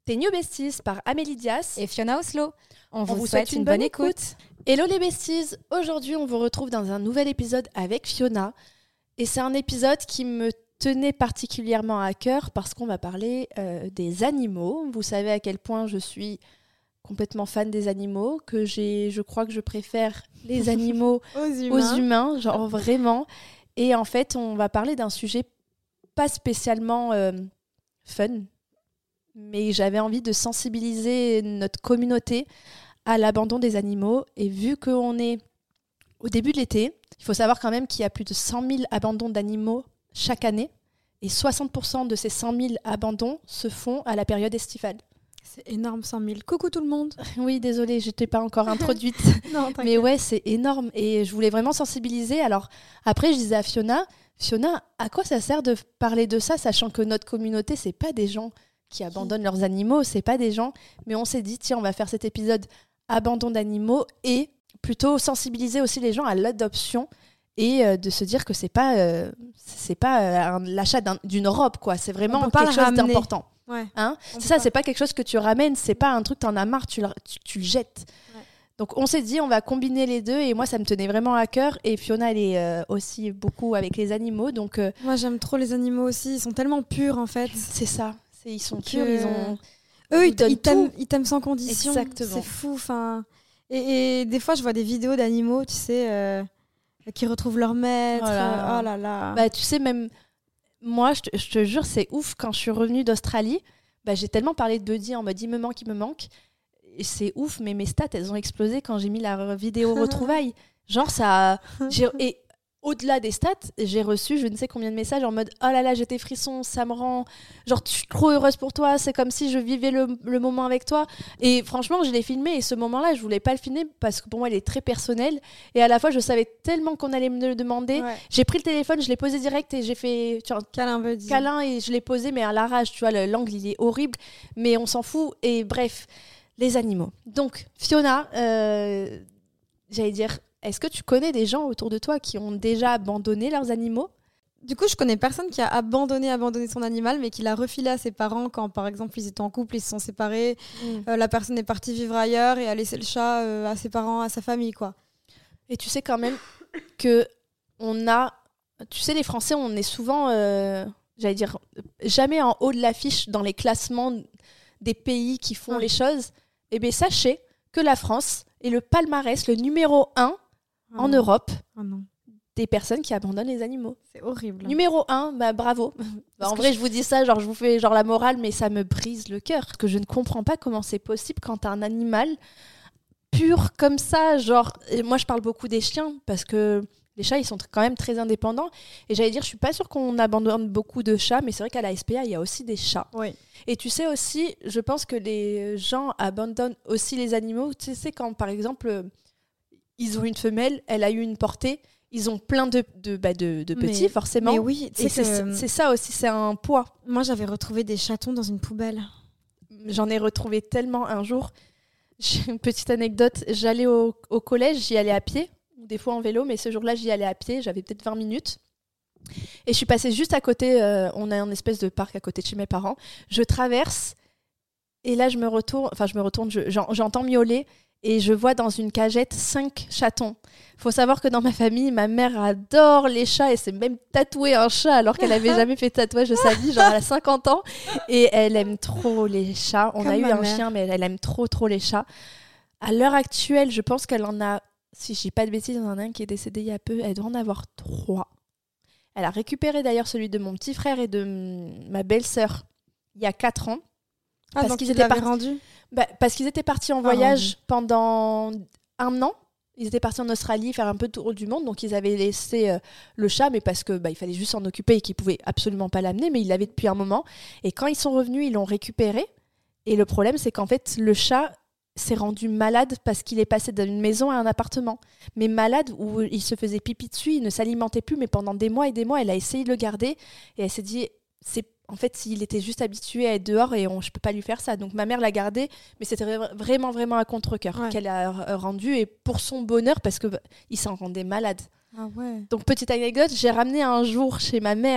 Tes New Besties par Amélie Dias et Fiona Oslo. On vous souhaite une bonne écoute. Hello les besties, aujourd'hui on vous retrouve dans un nouvel épisode avec Fiona. Et c'est un épisode qui me tenait particulièrement à cœur parce qu'on va parler des animaux. Vous savez à quel point je suis complètement fan des animaux, que je crois que je préfère les animaux aux humains, genre vraiment. Et en fait, on va parler d'un sujet pas spécialement fun, mais j'avais envie de sensibiliser notre communauté à l'abandon des animaux. Et vu qu'on est au début de l'été, il faut savoir quand même qu'il y a plus de 100 000 abandons d'animaux chaque année. Et 60% de ces 100 000 abandons se font à la période estivale. C'est énorme, 100 000. Coucou tout le monde. Oui, désolée, je t'ai pas encore introduite. Non, t'inquiète. Mais ouais, c'est énorme. Et je voulais vraiment sensibiliser. Alors après, je disais à Fiona, à quoi ça sert de parler de ça, sachant que notre communauté, c'est pas des gens qui abandonnent leurs animaux, c'est pas des gens. Mais on s'est dit, tiens, on va faire cet épisode abandon d'animaux et plutôt sensibiliser aussi les gens à l'adoption et de se dire que c'est pas l'achat d'une robe, quoi. C'est vraiment quelque chose d'important. Ouais. Hein, c'est ça, c'est pas quelque chose que tu ramènes, c'est pas un truc, t'en as marre, tu le jettes. Ouais. Donc on s'est dit, on va combiner les deux et moi ça me tenait vraiment à cœur. Et Fiona, elle est aussi beaucoup avec les animaux. Donc, moi j'aime trop les animaux aussi, ils sont tellement purs en fait. C'est ça, ils sont purs, eux ils t'aiment sans condition. Exactement. C'est fou. Et des fois je vois des vidéos d'animaux, tu sais, qui retrouvent leur maître. Oh là là. Bah, tu sais, même moi, je te jure, c'est ouf. Quand je suis revenue d'Australie, j'ai tellement parlé de Buddy en mode il me manque. Et c'est ouf, mais mes stats, elles ont explosé quand j'ai mis la vidéo retrouvailles. Genre, ça. Et au-delà des stats, j'ai reçu je ne sais combien de messages en mode oh là là, j'ai tes frissons, ça me rend. Genre, je suis trop heureuse pour toi, c'est comme si je vivais le moment avec toi. Et franchement, je l'ai filmé et ce moment-là, je voulais pas le filmer parce que pour moi, il est très personnel. Et à la fois, je savais tellement qu'on allait me le demander. Ouais. J'ai pris le téléphone, je l'ai posé direct et j'ai fait câlin et je l'ai posé, mais à l'arrache, tu vois, l'angle, il est horrible. Mais on s'en fout. Et bref, les animaux. Donc, Fiona, j'allais dire. Est-ce que tu connais des gens autour de toi qui ont déjà abandonné leurs animaux ? Du coup, je connais personne qui a abandonné son animal, mais qui l'a refilé à ses parents quand, par exemple, ils étaient en couple, ils se sont séparés. La personne est partie vivre ailleurs et a laissé le chat à ses parents, à sa famille, quoi. Et tu sais quand même que tu sais, les Français, on est souvent, j'allais dire, jamais en haut de l'affiche dans les classements des pays qui font les choses. Eh bien, sachez que la France est le palmarès, le numéro 1 en Europe, des personnes qui abandonnent les animaux. C'est horrible. Numéro 1, bravo. En vrai, je vous dis ça, genre je vous fais genre la morale, mais ça me brise le cœur. Parce que je ne comprends pas comment c'est possible quand t'as un animal pur comme ça. Genre, moi, je parle beaucoup des chiens, parce que les chats, ils sont quand même très indépendants. Et j'allais dire, je suis pas sûre qu'on abandonne beaucoup de chats, mais c'est vrai qu'à la SPA, il y a aussi des chats. Oui. Et tu sais aussi, je pense que les gens abandonnent aussi les animaux. Tu sais, quand par exemple, ils ont une femelle, elle a eu une portée, ils ont plein de petits, forcément. Mais oui, c'est ça aussi, c'est un poids. Moi, j'avais retrouvé des chatons dans une poubelle. J'en ai retrouvé tellement un jour. J'ai une petite anecdote. J'allais au collège, j'y allais à pied, ou des fois en vélo, mais ce jour-là, j'y allais à pied. J'avais peut-être 20 minutes. Et je suis passée juste à côté. On a un espèce de parc à côté de chez mes parents. Je traverse, et là, je me retourne, j'entends miauler. Et je vois dans une cagette 5 chatons. Il faut savoir que dans ma famille, ma mère adore les chats et s'est même tatoué un chat alors qu'elle n'avait jamais fait de tatouage de sa vie. Genre, elle a 50 ans et elle aime trop les chats. On a eu un chien, mais elle aime trop, trop les chats. À l'heure actuelle, je pense qu'elle en a, si je dis pas de bêtises, il y en a un qui est décédé il y a peu. Elle doit en avoir 3. Elle a récupéré d'ailleurs celui de mon petit frère et de ma belle-sœur il y a 4 ans. Parce qu'ils étaient rendus. Parce qu'ils étaient partis en voyage pendant 1 an. Ils étaient partis en Australie faire un peu de tour du monde. Donc, ils avaient laissé le chat, mais parce que il fallait juste s'en occuper et qu'ils ne pouvaient absolument pas l'amener. Mais ils l'avaient depuis un moment. Et quand ils sont revenus, ils l'ont récupéré. Et le problème, c'est qu'en fait, le chat s'est rendu malade parce qu'il est passé d'une maison à un appartement. Mais malade, où il se faisait pipi dessus, il ne s'alimentait plus. Mais pendant des mois et des mois, elle a essayé de le garder. Et elle s'est dit... En fait, il était juste habitué à être dehors et je ne peux pas lui faire ça. Donc, ma mère l'a gardé, mais c'était vraiment, vraiment à contre-cœur qu'elle a rendu. Et pour son bonheur, parce qu'il s'en rendait malade. Ah ouais. Donc, petite anecdote, j'ai ramené un jour chez ma mère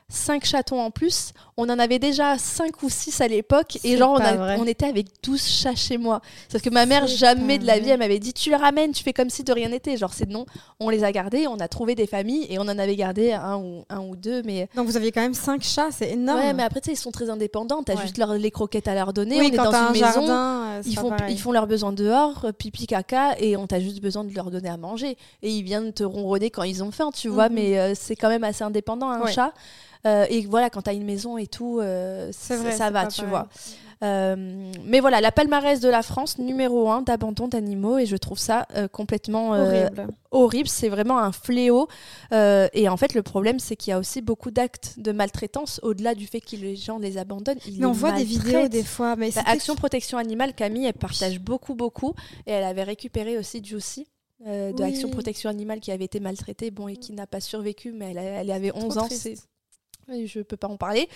5 chatons en plus. On en avait déjà 5 ou 6 à l'époque. C'est Et genre, pas on était avec 12 chats chez moi. Sauf que ma mère, jamais de la vie, elle m'avait dit tu le ramènes, tu fais comme si de rien n'était. Genre, c'est non. On les a gardés, on a trouvé des familles et on en avait gardé un ou deux. Mais... Donc vous aviez quand même 5 chats, c'est énorme. Ouais, mais après, tu sais, ils sont très indépendants. T'as juste les croquettes à leur donner. Oui, on est quand dans t'as une un maison. jardin, Ils font leurs besoins dehors, pipi, caca, et on t'a juste besoin de leur donner à manger. Et ils viennent te ronronner quand ils ont faim, tu vois. Mais c'est quand même assez indépendant, un chat. Et voilà, quand t'as une maison et tout, ça va, tu vois. Mais voilà, la palmarès de la France, numéro 1 d'abandon d'animaux, et je trouve ça complètement horrible. C'est vraiment un fléau. Et en fait, le problème, c'est qu'il y a aussi beaucoup d'actes de maltraitance, au-delà du fait que les gens les abandonnent. Mais on voit des vidéos des fois. Mais Action Protection Animale, Camille, elle partage beaucoup. Et elle avait récupéré aussi Juicy. De Action Protection Animale qui avait été maltraitée et qui n'a pas survécu, mais elle avait 11 ans. Je peux pas en parler.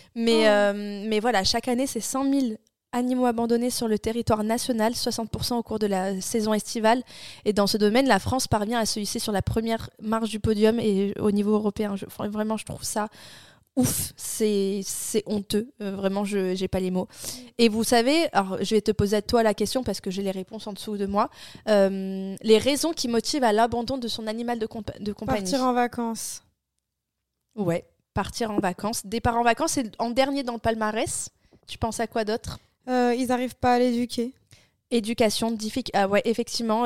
Mais voilà, chaque année, c'est 100 000 animaux abandonnés sur le territoire national, 60% au cours de la saison estivale. Et dans ce domaine, la France parvient à se hisser sur la première marche du podium et au niveau européen. Vraiment, je trouve ça ouf. C'est honteux. Vraiment, je n'ai pas les mots. Et vous savez, alors je vais te poser à toi la question parce que j'ai les réponses en dessous de moi. Les raisons qui motivent à l'abandon de son animal de compagnie. Partir en vacances. Ouais. Partir en vacances. Départ en vacances, c'est en dernier dans le palmarès. Tu penses à quoi d'autre ? Ils n'arrivent pas à l'éduquer. Éducation, ah ouais, effectivement.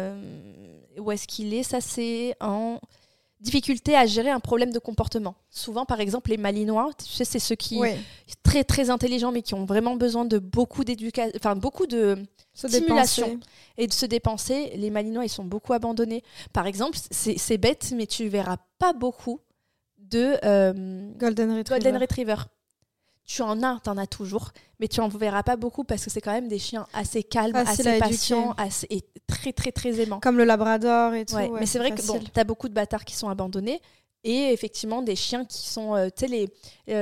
Où est-ce qu'il est ? Ça, c'est en difficulté à gérer un problème de comportement. Souvent, par exemple, les Malinois, tu sais, c'est ceux qui sont très, très intelligents, mais qui ont vraiment besoin de beaucoup d'éducation, enfin, beaucoup de stimulation et de se dépenser. Les Malinois, ils sont beaucoup abandonnés. Par exemple, c'est bête, mais tu verras pas beaucoup de Golden Retriever. T'en as toujours, mais tu en verras pas beaucoup parce que c'est quand même des chiens assez calmes, assez patients, et très très très aimants. Comme le Labrador et tout. Ouais, mais c'est vrai que t'as beaucoup de bâtards qui sont abandonnés et effectivement des chiens qui sont, tu sais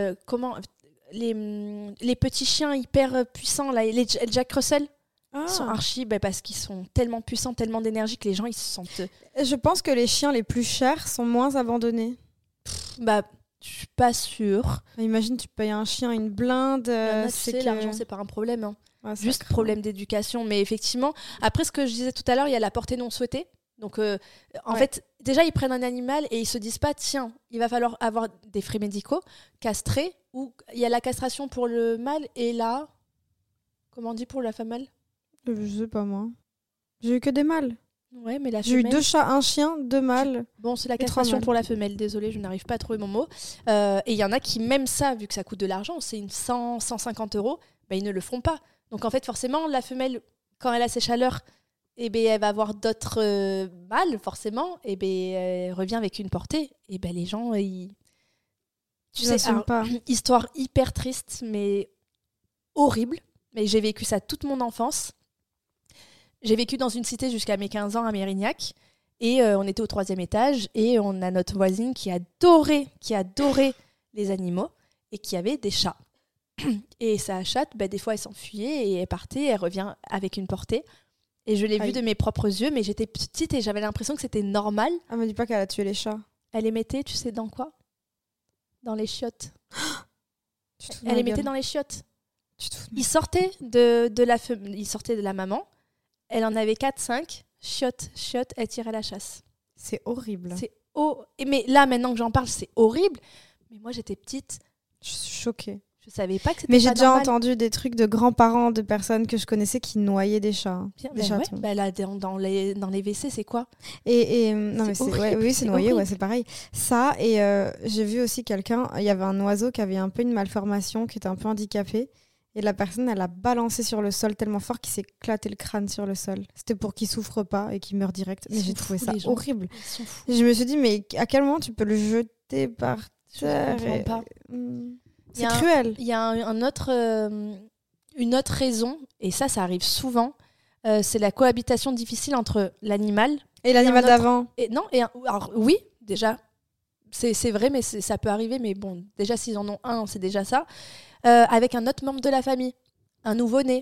les petits chiens hyper puissants là, les Jack Russell. Ils sont archi parce qu'ils sont tellement puissants, tellement d'énergie que les gens ils se sentent. Je pense que les chiens les plus chers sont moins abandonnés. Je suis pas sûre. Imagine, tu payes un chien une blinde. L'argent, c'est pas un problème. Hein. Ouais, juste problème d'éducation. Mais effectivement, après ce que je disais tout à l'heure, il y a la portée non souhaitée. Donc, en fait, déjà, ils prennent un animal et ils se disent pas, tiens, il va falloir avoir des frais médicaux, castrer, ou il y a la castration pour le mâle et la... Comment on dit pour la femelle ? Je sais pas, moi. J'ai eu que des mâles. Ouais, mais j'ai eu 2 chats, un chien, 2 mâles. Bon, c'est la castration pour la femelle. Désolée, je n'arrive pas à trouver mon mot. Et il y en a qui, même ça, vu que ça coûte de l'argent, c'est 150 €, ils ne le feront pas. Donc en fait, forcément, la femelle, quand elle a ses chaleurs, elle va avoir d'autres mâles, forcément. Elle revient avec une portée. Et les gens, tu sais, pas. Histoire hyper triste, mais horrible. Mais j'ai vécu ça toute mon enfance. J'ai vécu dans une cité jusqu'à mes 15 ans à Mérignac et on était au 3e étage et on a notre voisine qui adorait les animaux et qui avait des chats. Et sa chatte, des fois elle s'enfuyait et elle partait, elle revient avec une portée. Et je l'ai vue de mes propres yeux, mais j'étais petite et j'avais l'impression que c'était normal. Ah, me dis pas qu'elle a tué les chats. Elle les mettait, tu sais dans quoi ? Dans les chiottes. Elle les mettait dans les chiottes. Il sortait de la maman. Elle en avait 4-5, chiottes, elle tirait la chasse. C'est horrible. Mais là, maintenant que j'en parle, c'est horrible. Mais moi, j'étais petite. Je suis choquée. Je savais pas que c'était Mais j'ai déjà entendu des trucs de grands-parents de personnes que je connaissais qui noyaient des chats. Des chatons. Là, dans les WC, c'est quoi ? Non, mais c'est noyé, c'est pareil. Ça, et j'ai vu aussi quelqu'un, il y avait un oiseau qui avait un peu une malformation, qui était un peu handicapé. Et la personne, elle a balancé sur le sol tellement fort qu'il s'est éclaté le crâne sur le sol. C'était pour qu'il souffre pas et qu'il meure direct. Mais j'ai trouvé ça horrible. Et je me suis dit, mais à quel moment tu peux le jeter par terre ? Je comprends pas. C'est cruel. Il y a une autre raison, et ça arrive souvent, c'est la cohabitation difficile entre l'animal... Et l'animal d'avant. Alors oui, déjà, c'est vrai, mais ça peut arriver. Mais bon, déjà, s'ils en ont un, c'est déjà ça. Avec un autre membre de la famille, un nouveau-né,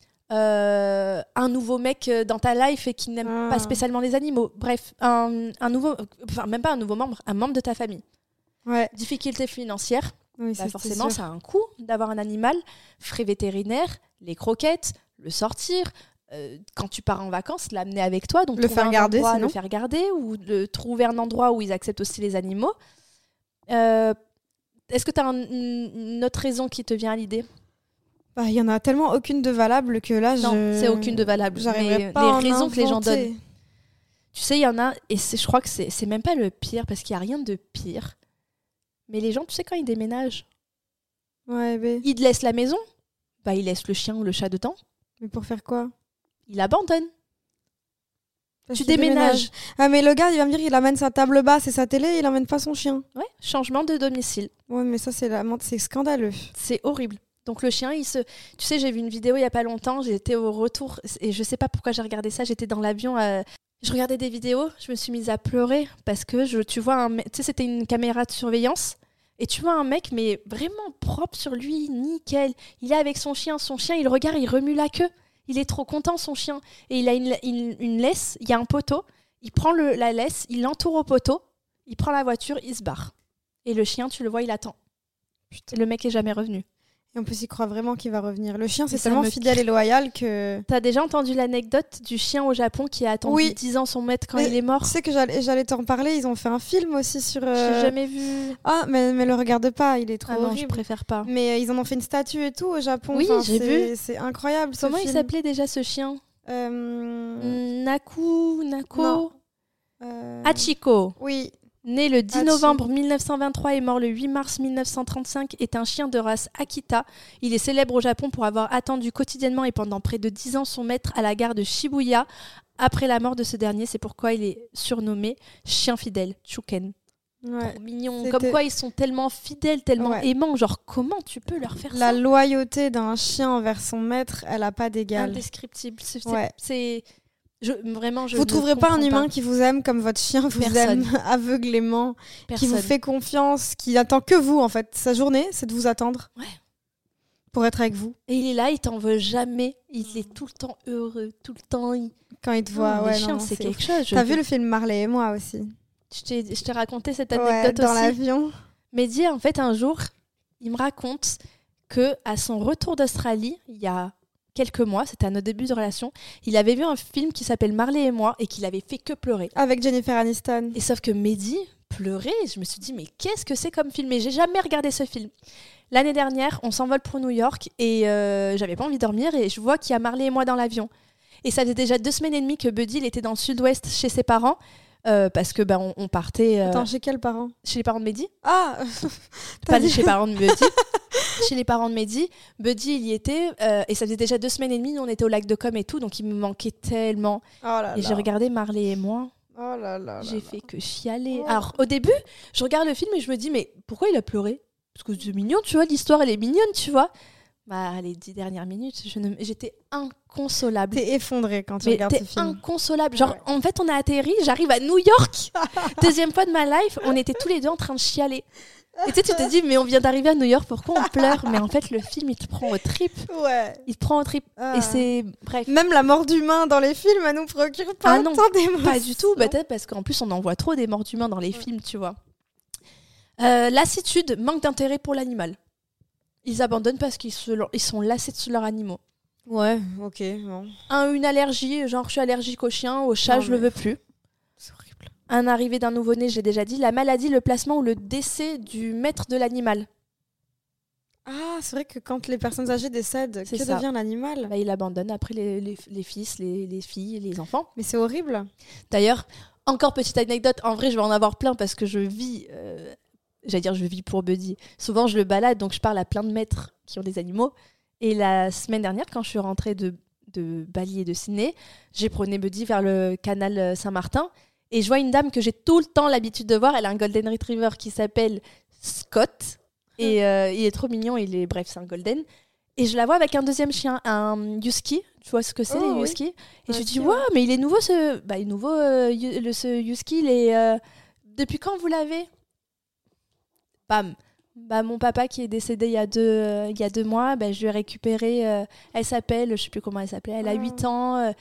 un nouveau mec dans ta life et qui n'aime pas spécialement les animaux. Bref, un nouveau, enfin même pas un nouveau membre, un membre de ta famille. difficultés financières. Oui, Forcément, ça a un coût d'avoir un animal, frais vétérinaires, les croquettes, le sortir, quand tu pars en vacances, l'amener avec toi, donc le faire garder ou de trouver un endroit où ils acceptent aussi les animaux. Est-ce que tu as une autre raison qui te vient à l'idée ? Il y en a tellement aucune de valable que là, non, c'est aucune de valable. J'arriverai pas les raisons que les gens donnent. Tu sais, il y en a, et je crois que c'est même pas le pire, parce qu'il n'y a rien de pire. Mais les gens, tu sais, quand ils déménagent, ils laissent la maison, ils laissent le chien ou le chat dedans. Mais pour faire quoi ? Ils l'abandonnent. Tu déménages. Ah, mais le gars, il va me dire, il amène sa table basse et sa télé, il emmène pas son chien. Ouais, changement de domicile. Ouais, mais ça, c'est scandaleux. C'est horrible. Donc le chien, tu sais, j'ai vu une vidéo il y a pas longtemps, j'étais au retour, et je sais pas pourquoi j'ai regardé ça, j'étais dans l'avion, je regardais des vidéos, je me suis mise à pleurer, parce que tu vois, tu sais, c'était une caméra de surveillance, et tu vois un mec, mais vraiment propre sur lui, nickel. Il est avec son chien, il regarde, il remue la queue. Il est trop content, son chien. Et il a une laisse, il y a un poteau. Il prend la laisse, il l'entoure au poteau. Il prend la voiture, il se barre. Et le chien, tu le vois, il attend. Putain. Le mec est jamais revenu. Et en plus, il croit vraiment qu'il va revenir. Le chien, c'est tellement fidèle et loyal que... T'as déjà entendu l'anecdote du chien au Japon qui a attendu 10 ans son maître quand il est mort ? Tu sais que j'allais t'en parler. Ils ont fait un film aussi sur... Je l'ai jamais vu. Ah, mais le regarde pas. Il est trop horrible. Je préfère pas. Mais ils en ont fait une statue et tout au Japon. Oui, j'ai vu. C'est incroyable, Comment il s'appelait déjà, ce chien ? Nako Hachiko. Oui. Né le 10 novembre 1923 et mort le 8 mars 1935, est un chien de race Akita. Il est célèbre au Japon pour avoir attendu quotidiennement et pendant près de 10 ans son maître à la gare de Shibuya. Après la mort de ce dernier, c'est pourquoi il est surnommé chien fidèle, Chuken. Ouais. Trop mignon. Comme quoi ils sont tellement fidèles, tellement aimants. Genre, comment tu peux leur faire ça ? La loyauté d'un chien envers son maître, elle n'a pas d'égal. Indescriptible. Vous trouverez pas un humain qui vous aime comme votre chien vous aime aveuglément, qui vous fait confiance, qui attend que vous en fait. Sa journée, c'est de vous attendre pour être avec vous. Et il est là, il t'en veut jamais. Il est tout le temps heureux, tout le temps. Quand il te voit, les chiens, c'est quelque chose. T'as vu le film Marley et moi aussi ? Je t'ai raconté cette anecdote dans aussi. L'avion. Mehdi, en fait, un jour, il me raconte que à son retour d'Australie, il y a quelques mois, c'était à nos débuts de relation, il avait vu un film qui s'appelle Marley et moi et qu'il avait fait que pleurer. Avec Jennifer Aniston. Et sauf que Mehdi pleurait, je me suis dit mais qu'est-ce que c'est comme film ? Et j'ai jamais regardé ce film. L'année dernière, on s'envole pour New York et j'avais pas envie de dormir et je vois qu'il y a Marley et moi dans l'avion. Et ça faisait déjà 2 semaines et demie que Buddy il était dans le sud-ouest chez ses parents. Parce que on partait. Attends, chez quels parents ? Chez les parents de Mehdi. Ah pas chez les parents de Buddy. Chez les parents de Mehdi. Buddy, il y était. Et ça faisait déjà 2 semaines et demie. Nous, on était au lac de Com et tout. Donc, il me manquait tellement. Et j'ai regardé Marley et moi. J'ai fait que chialer. Alors, au début, je regarde le film et je me dis, mais pourquoi il a pleuré ? Parce que c'est mignon, tu vois. L'histoire, elle est mignonne, tu vois. Les 10 dernières minutes, j'étais inconsolable. T'es effondrée quand tu regardes ce film. T'es inconsolable. Genre, en fait, on a atterri, j'arrive à New York. Deuxième fois de ma life, on était tous les deux en train de chialer. Et tu te dis, mais on vient d'arriver à New York, pourquoi on pleure ? Mais en fait, le film, il te prend au trip. Ouais. Il te prend au trip. Et c'est... Bref. Même la mort d'humain dans les films, elle nous procure pas autant d'émotions. Pas du tout. Peut-être parce qu'en plus, on en voit trop des morts d'humains dans les films, tu vois. Lassitude, manque d'intérêt pour l'animal. Ils abandonnent parce qu'ils sont lassés de leurs animaux. Ouais, ok. Bon. Une allergie, genre je suis allergique au chien, au chat, je le veux plus. C'est horrible. Un arrivé d'un nouveau-né, j'ai déjà dit. La maladie, le placement ou le décès du maître de l'animal. Ah, c'est vrai que quand les personnes âgées décèdent, que devient l'animal ? Il abandonne après les fils, les filles, les enfants. Mais c'est horrible. D'ailleurs, encore petite anecdote, en vrai je vais en avoir plein parce que je vis... je vis pour Buddy. Souvent, je le balade, donc je parle à plein de maîtres qui ont des animaux. Et la semaine dernière, quand je suis rentrée de Bali et de Sydney, j'ai promené Buddy vers le canal Saint-Martin. Et je vois une dame que j'ai tout le temps l'habitude de voir. Elle a un Golden Retriever qui s'appelle Scott. Et il est trop mignon. C'est un Golden. Et je la vois avec un deuxième chien, un Husky. Tu vois ce que c'est, les Husky ? Et je dis, waouh, mais il est nouveau ce Husky. Il est... Depuis quand vous l'avez ? Bam. Mon papa qui est décédé il y a 2 mois, je lui ai récupéré, elle s'appelle, je sais plus comment elle s'appelait, elle a 8 ans,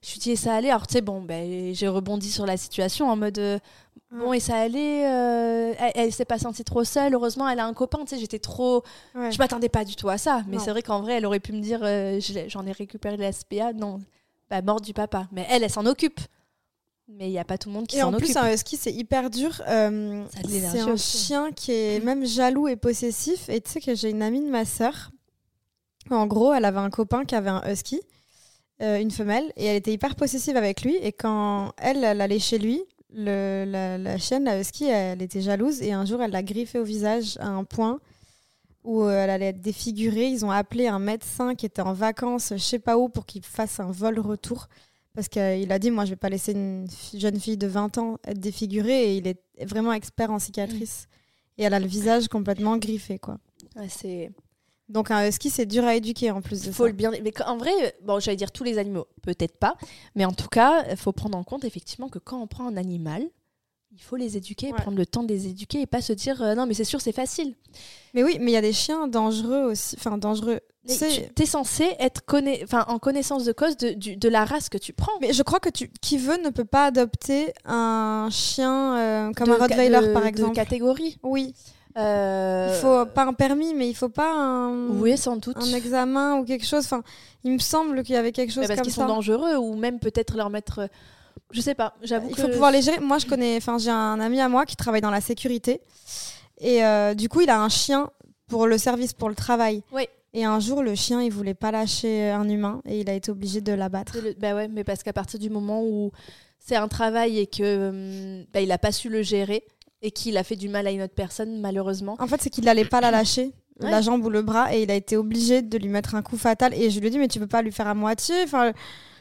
Je lui dis, et ça allait. Alors, tu sais, bon, j'ai rebondi sur la situation en mode, bon, et ça allait. Elle s'est pas sentie trop seule. Heureusement, elle a un copain. Tu sais, j'étais trop. Je m'attendais pas du tout à ça. Mais c'est vrai qu'en vrai, elle aurait pu me dire, j'en ai récupéré la SPA. Non, mort du papa. Mais elle s'en occupe. Mais il n'y a pas tout le monde qui s'en occupe. Et en plus, un husky, c'est hyper dur. C'est un chien qui est même jaloux et possessif. Et tu sais que j'ai une amie de ma sœur. En gros, elle avait un copain qui avait un husky, une femelle, et elle était hyper possessive avec lui. Et quand elle allait chez lui, la chienne, la husky, elle était jalouse. Et un jour, elle l'a griffé au visage à un point où elle allait être défigurée. Ils ont appelé un médecin qui était en vacances, je sais pas où, pour qu'il fasse un vol-retour. Parce qu'il a dit, moi, je vais pas laisser une jeune fille de 20 ans être défigurée. Et il est vraiment expert en cicatrices. Et elle a le visage complètement griffé, quoi. Ouais, c'est... Donc un husky, c'est dur à éduquer en plus de ça. Faut le bien... Mais en vrai, bon, j'allais dire tous les animaux, peut-être pas. Mais en tout cas, il faut prendre en compte effectivement que quand on prend un animal, il faut les éduquer, prendre le temps de les éduquer et pas se dire non, mais c'est sûr, c'est facile. Mais oui, mais il y a des chiens dangereux aussi. Enfin, dangereux. T'es censé être en connaissance de cause de la race que tu prends. Mais je crois que qui veut ne peut pas adopter un chien comme un Rottweiler, par exemple. De catégorie. Oui. Il faut pas un permis, mais il faut pas oui, sans doute. un examen ou quelque chose. Enfin, il me semble qu'il y avait quelque chose comme ça. Parce qu'ils sont dangereux, ou même peut-être leur mettre... Je sais pas, j'avoue il faut pouvoir les gérer. Moi, j'ai un ami à moi qui travaille dans la sécurité. Et du coup, il a un chien pour le service, pour le travail. Oui. Et un jour, le chien, il voulait pas lâcher un humain et il a été obligé de l'abattre. Ouais, mais parce qu'à partir du moment où c'est un travail et que il a pas su le gérer et qu'il a fait du mal à une autre personne, malheureusement. En fait, c'est qu'il n'allait pas la lâcher, la jambe ou le bras, et il a été obligé de lui mettre un coup fatal. Et je lui ai dit, mais tu peux pas lui faire à moitié. Enfin,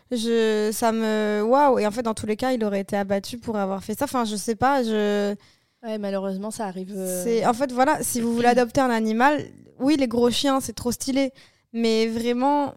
waouh. Et en fait, dans tous les cas, il aurait été abattu pour avoir fait ça. Enfin, je sais pas. Ouais, malheureusement, ça arrive. En fait, voilà, si vous voulez adopter un animal, oui, les gros chiens, c'est trop stylé. Mais vraiment,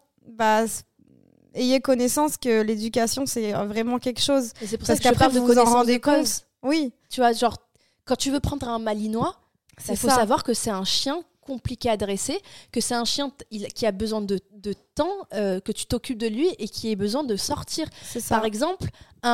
ayez connaissance que l'éducation, c'est vraiment quelque chose. Et c'est pour ça qu'après, vous vous en rendez compte. Oui. Tu vois, genre, quand tu veux prendre un malinois, il faut savoir que c'est un chien compliqué à dresser, que c'est un chien qui a besoin de temps, que tu t'occupes de lui et qui a besoin de sortir. C'est ça. Par exemple,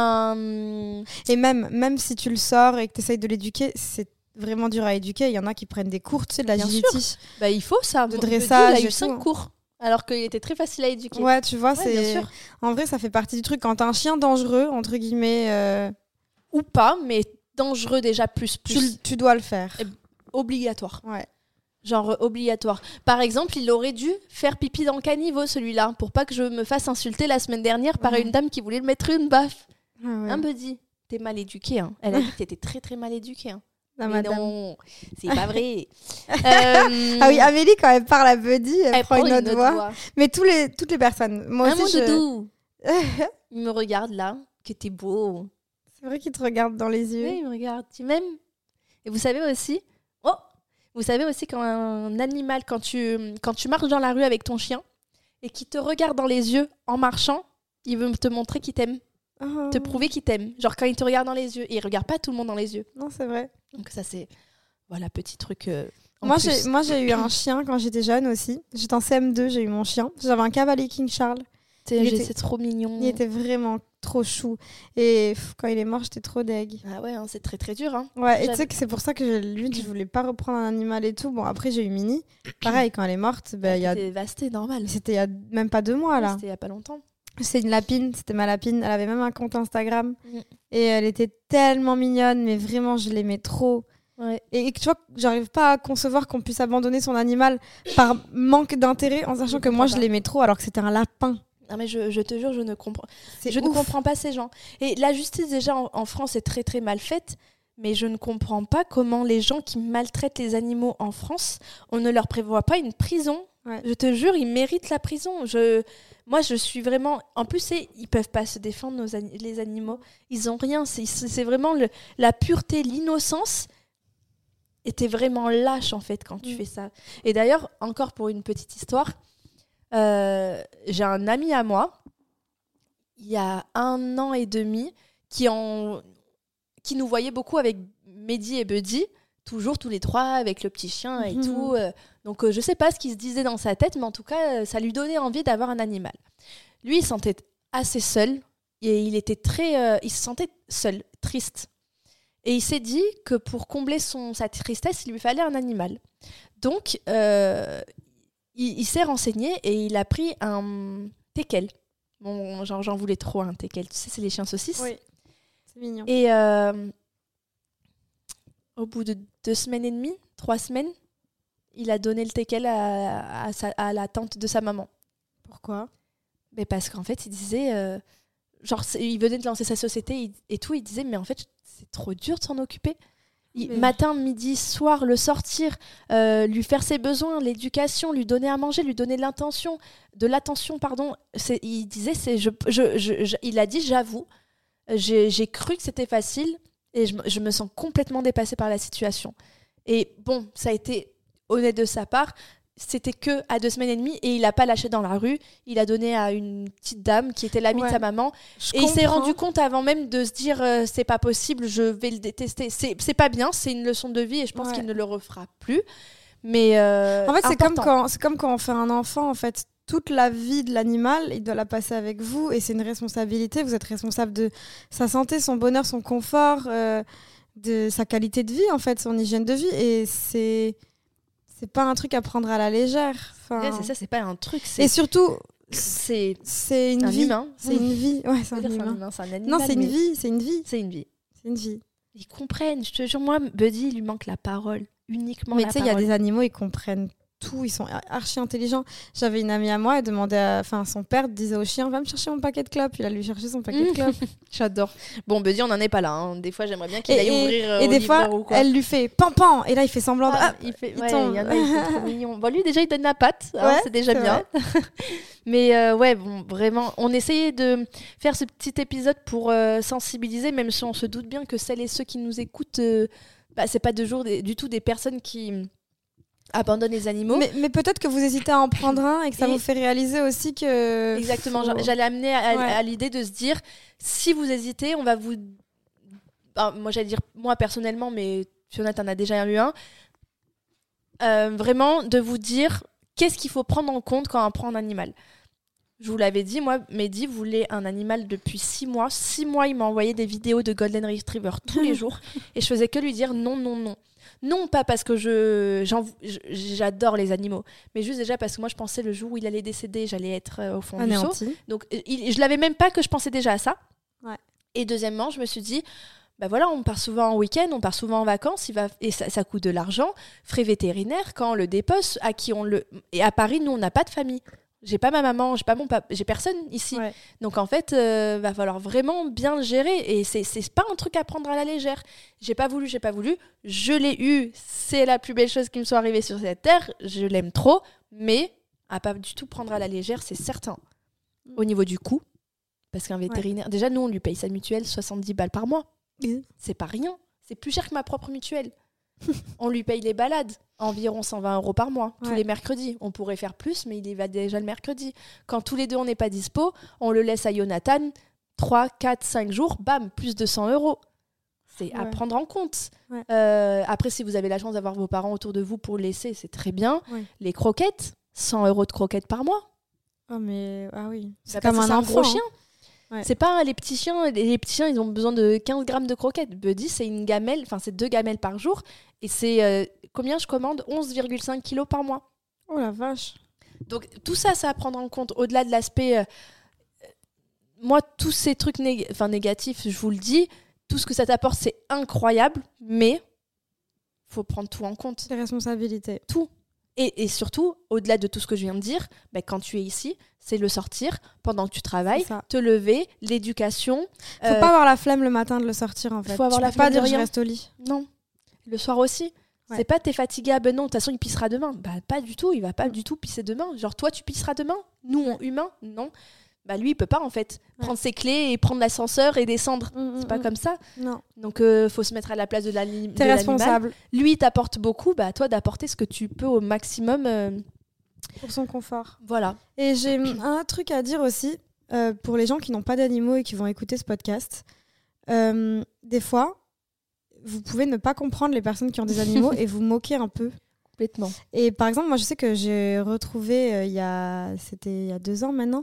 Et même si tu le sors et que tu essayes de l'éduquer, c'est vraiment dur à éduquer. Il y en a qui prennent des cours, tu sais, de l'agility. Il faut ça. De dressage. Il a eu 5 cours. Alors qu'il était très facile à éduquer. Ouais, tu vois, en vrai, ça fait partie du truc. Quand t'as un chien dangereux, entre guillemets... Ou pas, mais dangereux déjà plus. Tu dois le faire. Obligatoire. Ouais. Genre obligatoire. Par exemple, il aurait dû faire pipi dans le caniveau, celui-là, pour pas que je me fasse insulter la semaine dernière par une dame qui voulait me mettre une baffe. Ouais. Buddy, t'es mal éduqué. Hein. Elle a dit que t'étais très très mal éduqué. Hein. Mais non, c'est pas vrai. Ah oui, Amélie, quand elle parle à Buddy, elle prend une autre voix. Mais toutes les personnes. Moi aussi, doudou. Il me regarde là, que t'es beau. C'est vrai qu'il te regarde dans les yeux. Oui, il me regarde. Tu m'aimes. Et vous savez aussi quand un animal, quand tu marches dans la rue avec ton chien et qu'il te regarde dans les yeux en marchant, il veut te montrer qu'il t'aime. Te prouver qu'il t'aime. Genre quand il te regarde dans les yeux. Et il regarde pas tout le monde dans les yeux. Non, c'est vrai. Donc ça, c'est... Voilà, petit truc... Moi, j'ai eu un chien quand j'étais jeune aussi. J'étais en CM2, j'ai eu mon chien. J'avais un cavalier King Charles. C'est trop mignon. Il était vraiment trop chou. Et quand il est mort, j'étais trop deg. Ah ouais, c'est très très dur. Hein. Ouais, et tu sais que c'est pour ça que je voulais pas reprendre un animal et tout. Bon, après, j'ai eu Minnie. Pareil, quand elle est morte, c'était dévasté, normal. C'était il y a même pas 2 mois, là. C'était il y a pas longtemps. C'est une lapine, c'était ma lapine. Elle avait même un compte Instagram. Et elle était tellement mignonne, mais vraiment, je l'aimais trop. Ouais. Et tu vois, j'arrive pas à concevoir qu'on puisse abandonner son animal par manque d'intérêt, en sachant que moi, je l'aimais trop, alors que c'était un lapin. Non mais je te jure, je ne comprends pas ces gens. Et la justice déjà en France est très très mal faite, mais je ne comprends pas comment les gens qui maltraitent les animaux en France, on ne leur prévoit pas une prison. Ouais. Je te jure, ils méritent la prison. Moi, je suis vraiment... En plus, ils peuvent pas se défendre, les animaux. Ils ont rien. C'est vraiment la pureté, l'innocence. Et t'es vraiment lâche en fait quand tu fais ça. Et d'ailleurs, encore pour une petite histoire... j'ai un ami à moi il y a 1 an et demi qui nous voyait beaucoup avec Mehdi et Buddy, toujours tous les 3 avec le petit chien et tout, donc je sais pas ce qu'il se disait dans sa tête, mais en tout cas ça lui donnait envie d'avoir un animal. Lui il se sentait assez seul et il était il se sentait seul, triste. Et il s'est dit que pour combler sa tristesse, il lui fallait un animal. Donc, il s'est renseigné et il a pris un teckel. Bon, genre, j'en voulais trop un teckel. Tu sais, c'est les chiens saucisses. Oui, c'est mignon. Et au bout de 2 semaines et demie, 3 semaines, il a donné le teckel à la tante de sa maman. Pourquoi ? Mais parce qu'en fait, il disait... il venait de lancer sa société et tout. Il disait, mais en fait, c'est trop dur de s'en occuper. Matin, midi, soir, le sortir, lui faire ses besoins, l'éducation, lui donner à manger, lui donner de l'attention. Il disait, il a dit, j'avoue, j'ai cru que c'était facile et je me sens complètement dépassée par la situation. Et bon, ça a été honnête de sa part. C'était que à 2 semaines et demie et il n'a pas lâché dans la rue. Il a donné à une petite dame qui était l'amie de sa maman. Il s'est rendu compte avant même de se dire c'est pas possible, je vais le détester. C'est pas bien, c'est une leçon de vie et je pense qu'il ne le refera plus. Mais en fait, c'est comme quand on fait un enfant. En fait, toute la vie de l'animal, il doit la passer avec vous et c'est une responsabilité. Vous êtes responsable de sa santé, son bonheur, son confort, de sa qualité de vie, en fait, son hygiène de vie. Et c'est pas un truc à prendre à la légère. Ouais, c'est ça, c'est pas un truc. Et surtout, c'est une un vie. Humain. C'est une vie. Ouais, c'est un humain. C'est un animal. Non, c'est une vie. C'est une vie. C'est une vie. C'est une vie. Ils comprennent. Je te jure, moi, Buddy, il lui manque la parole. Uniquement la parole. Mais tu sais, il y a des animaux, ils comprennent tout. Ils sont archi intelligents. J'avais une amie à moi, elle demandait son père disait au chien, va me chercher mon paquet de clopes. Il a lui cherché son paquet de clopes. J'adore. Bon, Buddy, on n'en est pas là. Hein. Des fois, j'aimerais bien qu'il aille ouvrir. Et des fois, elle lui fait pan. Et là, il fait semblant. Il tombe. Il y en a, ils sont trop mignons. Bon, lui, déjà, il donne la patte. Hein, c'est déjà bien. Mais bon, vraiment, on essayait de faire ce petit épisode pour sensibiliser, même si on se doute bien que celles et ceux qui nous écoutent, c'est pas du tout des personnes qui abandonnent les animaux. Mais peut-être que vous hésitez à en prendre un et que ça vous fait réaliser aussi que... Exactement, j'allais amener à l'idée de se dire, si vous hésitez, on va vous... moi, j'allais dire, moi personnellement, mais Fiona, t'en as déjà eu un. Vraiment, de vous dire, qu'est-ce qu'il faut prendre en compte quand on prend un animal ? Je vous l'avais dit, moi, Mehdi voulait un animal depuis 6 mois. 6 mois, il m'a envoyé des vidéos de Golden Retriever tous les jours. Et je faisais que lui dire non. Non, pas parce que j'adore les animaux, mais juste déjà parce que moi, je pensais le jour où il allait décéder, j'allais être au fond du seau. Donc, je l'avais même pas que je pensais déjà à ça. Ouais. Et deuxièmement, je me suis dit, voilà, on part souvent en week-end, on part souvent en vacances, et ça coûte de l'argent. Frais vétérinaires, quand on le dépose, et à Paris, nous, on n'a pas de famille. J'ai pas ma maman, j'ai pas mon papa, j'ai personne ici. Ouais. Donc en fait, va falloir vraiment bien le gérer et c'est pas un truc à prendre à la légère. J'ai pas voulu, je l'ai eu, c'est la plus belle chose qui me soit arrivée sur cette terre, je l'aime trop, mais à pas du tout prendre à la légère, c'est certain. Au niveau du coût, parce qu'un vétérinaire, déjà nous on lui paye sa mutuelle 70 balles par mois. C'est pas rien, c'est plus cher que ma propre mutuelle. On lui paye les balades, environ 120 € par mois, tous les mercredis. On pourrait faire plus, mais il y va déjà le mercredi. Quand tous les deux, on n'est pas dispo, on le laisse à Jonathan, 3, 4, 5 jours, bam, plus de 100 €. C'est à prendre en compte. Ouais. Après, si vous avez la chance d'avoir vos parents autour de vous pour le laisser, c'est très bien. Ouais. Les croquettes, 100 € de croquettes par mois. Ah oui, c'est comme un gros chien. Ouais. C'est pas les petits chiens, ils ont besoin de 15 grammes de croquettes. Buddy, c'est une gamelle, c'est 2 gamelles par jour. Et c'est combien je commande 11,5 kilos par mois. Oh la vache. Donc tout ça, ça à prendre en compte. Au-delà de l'aspect... moi, tous ces trucs négatifs, je vous le dis, tout ce que ça t'apporte, c'est incroyable. Mais faut prendre tout en compte. Les responsabilités. Tout. Et surtout, au-delà de tout ce que je viens de dire, quand tu es ici, c'est le sortir pendant que tu travailles, te lever, l'éducation. Faut pas avoir la flemme le matin de le sortir en fait. Faut avoir la flemme de dire je reste au lit. Non. Le soir aussi. Ouais. C'est pas t'es fatigué, non, de toute façon il pissera demain. Pas du tout, il va pas du tout pisser demain. Genre toi tu pisseras demain, nous humains, non. Lui il peut pas en fait prendre ses clés et prendre l'ascenseur et descendre. C'est pas comme ça. Non. Donc faut se mettre à la place de l'animal. T'es responsable. Lui il t'apporte beaucoup, toi d'apporter ce que tu peux au maximum. Pour son confort. Voilà. Et j'ai un truc à dire aussi pour les gens qui n'ont pas d'animaux et qui vont écouter ce podcast. Des fois, vous pouvez ne pas comprendre les personnes qui ont des animaux et vous moquer un peu. Complètement. Et par exemple, moi, je sais que j'ai retrouvé, c'était il y a 2 ans maintenant,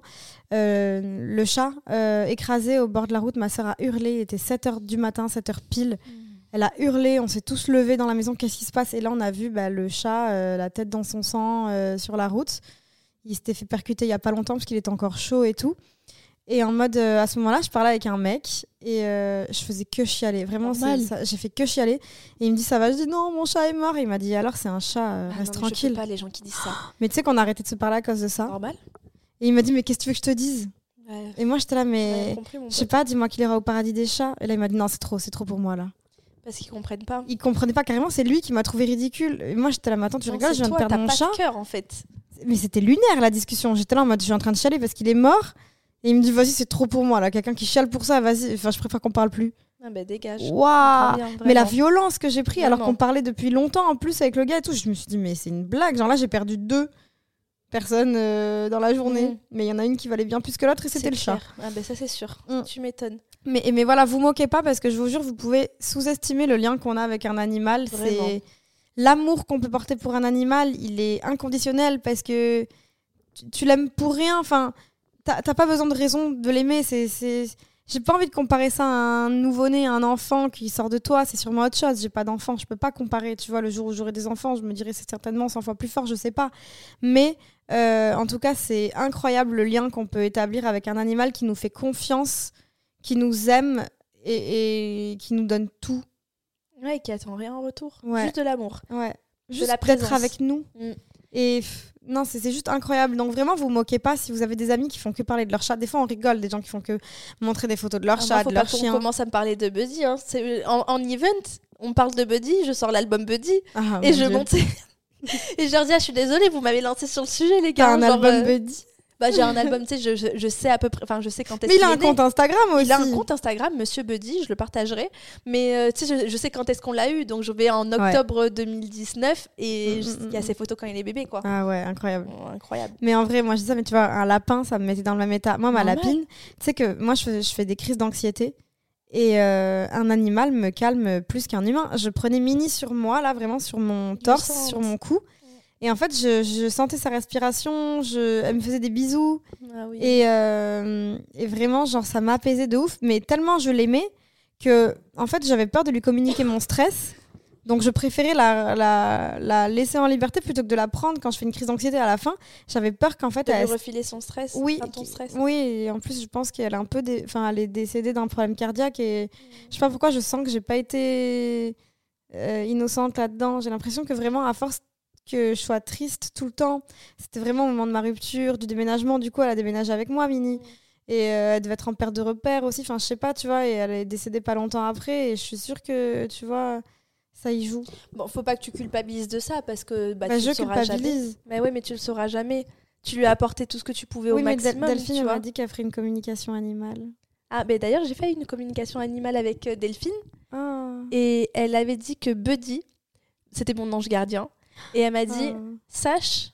le chat écrasé au bord de la route. Ma sœur a hurlé, il était 7h du matin, 7h pile. Elle a hurlé, on s'est tous levés dans la maison, qu'est-ce qui se passe? Et là, on a vu le chat, la tête dans son sang sur la route. Il s'était fait percuter il n'y a pas longtemps parce qu'il était encore chaud et tout. Et en mode, à ce moment-là, je parlais avec un mec et je faisais que chialer. Vraiment, j'ai fait que chialer. Et il me dit, ça va? Je dis, non, mon chat est mort. Et il m'a dit, alors, c'est un chat, reste tranquille. Je peux pas, les gens qui disent ça. Mais tu sais qu'on a arrêté de se parler à cause de ça. Normal. Et il m'a dit, mais qu'est-ce que tu veux que je te dise? Ouais. Et moi, j'étais là, mais je sais pas, dis-moi qu'il ira au paradis des chats. Et là, il m'a dit, non, c'est trop pour moi, là. Parce qu'ils comprennent pas. Ils comprenaient pas carrément, c'est lui qui m'a trouvé ridicule. Et moi, j'étais là, mais attends, tu rigoles, je viens de perdre mon chat. T'as pas de cœur, en fait. Mais c'était lunaire, la discussion. J'étais là en mode, je suis en train de chialer parce qu'il est mort. Et il me dit, vas-y, c'est trop pour moi, là. Quelqu'un qui chiale pour ça, vas-y. Enfin, je préfère qu'on parle plus. Ah bah dégage. Waouh. Mais la violence que j'ai pris, vraiment. alors qu'on parlait depuis longtemps en plus avec le gars et tout, je me suis dit, mais c'est une blague. Genre là, j'ai perdu 2 personnes dans la journée. Mais il y en a une qui valait bien plus que l'autre et c'était le chat. Ah bah ça, c'est sûr. Tu m'étonnes. Mais voilà, vous moquez pas parce que je vous jure, vous pouvez sous-estimer le lien qu'on a avec un animal. Vraiment. C'est l'amour qu'on peut porter pour un animal, il est inconditionnel parce que tu l'aimes pour rien. Enfin, t'as pas besoin de raison de l'aimer. J'ai pas envie de comparer ça à un nouveau-né, à un enfant qui sort de toi. C'est sûrement autre chose. J'ai pas d'enfant, je peux pas comparer. Tu vois, le jour où j'aurai des enfants, je me dirais c'est certainement 100 fois plus fort, je sais pas. Mais en tout cas, c'est incroyable le lien qu'on peut établir avec un animal qui nous fait confiance, qui nous aime et qui nous donne tout. Ouais, qui attend rien en retour. Ouais. Juste de l'amour. Ouais. Juste d'être avec nous. Et non, c'est juste incroyable. Donc vraiment, vous moquez pas si vous avez des amis qui font que parler de leur chat. Des fois, on rigole, des gens qui font que montrer des photos de leur chat, de leur chien. On commence à me parler de Buddy. Hein. En event, on parle de Buddy, je sors l'album Buddy et je monte. Et je leur dis, je suis désolée, vous m'avez lancé sur le sujet, les gars. T'as un album Buddy? Bah, j'ai un album, tu sais, je sais à peu près, enfin, je sais quand est-ce qu'il est né. Mais il a un compte Instagram aussi. Il a un compte Instagram, Monsieur Buddy, je le partagerai. Mais tu sais, je sais quand est-ce qu'on l'a eu, donc je vais en octobre 2019 et il y a ses photos quand il est bébé, quoi. Ah ouais, incroyable. Incroyable. Mais en vrai, moi je dis ça, mais tu vois, un lapin, ça me mettait dans le même état. Moi, ma lapine, tu sais que moi je fais des crises d'anxiété et un animal me calme plus qu'un humain. Je prenais Mini sur moi, là, vraiment sur mon torse, sur mon cou. Et en fait, je sentais sa respiration, elle me faisait des bisous. Ah oui. Et vraiment, genre, ça m'apaisait de ouf. Mais tellement je l'aimais que, en fait, j'avais peur de lui communiquer mon stress. Donc, je préférais la laisser en liberté plutôt que de la prendre quand je fais une crise d'anxiété à la fin. J'avais peur qu'en fait... De lui refiler son stress. Oui, ton stress. Oui, et en plus, je pense qu'elle a elle est décédée d'un problème cardiaque. Et je sais pas pourquoi, je sens que j'ai pas été innocente là-dedans. J'ai l'impression que vraiment, à force que je sois triste tout le temps. C'était vraiment au moment de ma rupture, du déménagement. Du coup, elle a déménagé avec moi, Mini. Et elle devait être en perte de repère aussi. Enfin, je sais pas, tu vois. Et elle est décédée pas longtemps après. Et je suis sûre que, tu vois, ça y joue. Bon, faut pas que tu culpabilises de ça parce que tu je le sauras jamais. Mais oui, mais tu le sauras jamais. Tu lui as apporté tout ce que tu pouvais au maximum. Oui, mais Delphine m'a dit qu'elle ferait une communication animale. Ah, mais d'ailleurs, j'ai fait une communication animale avec Delphine. Oh. Et elle avait dit que Buddy, c'était mon ange gardien. Et elle m'a dit, sache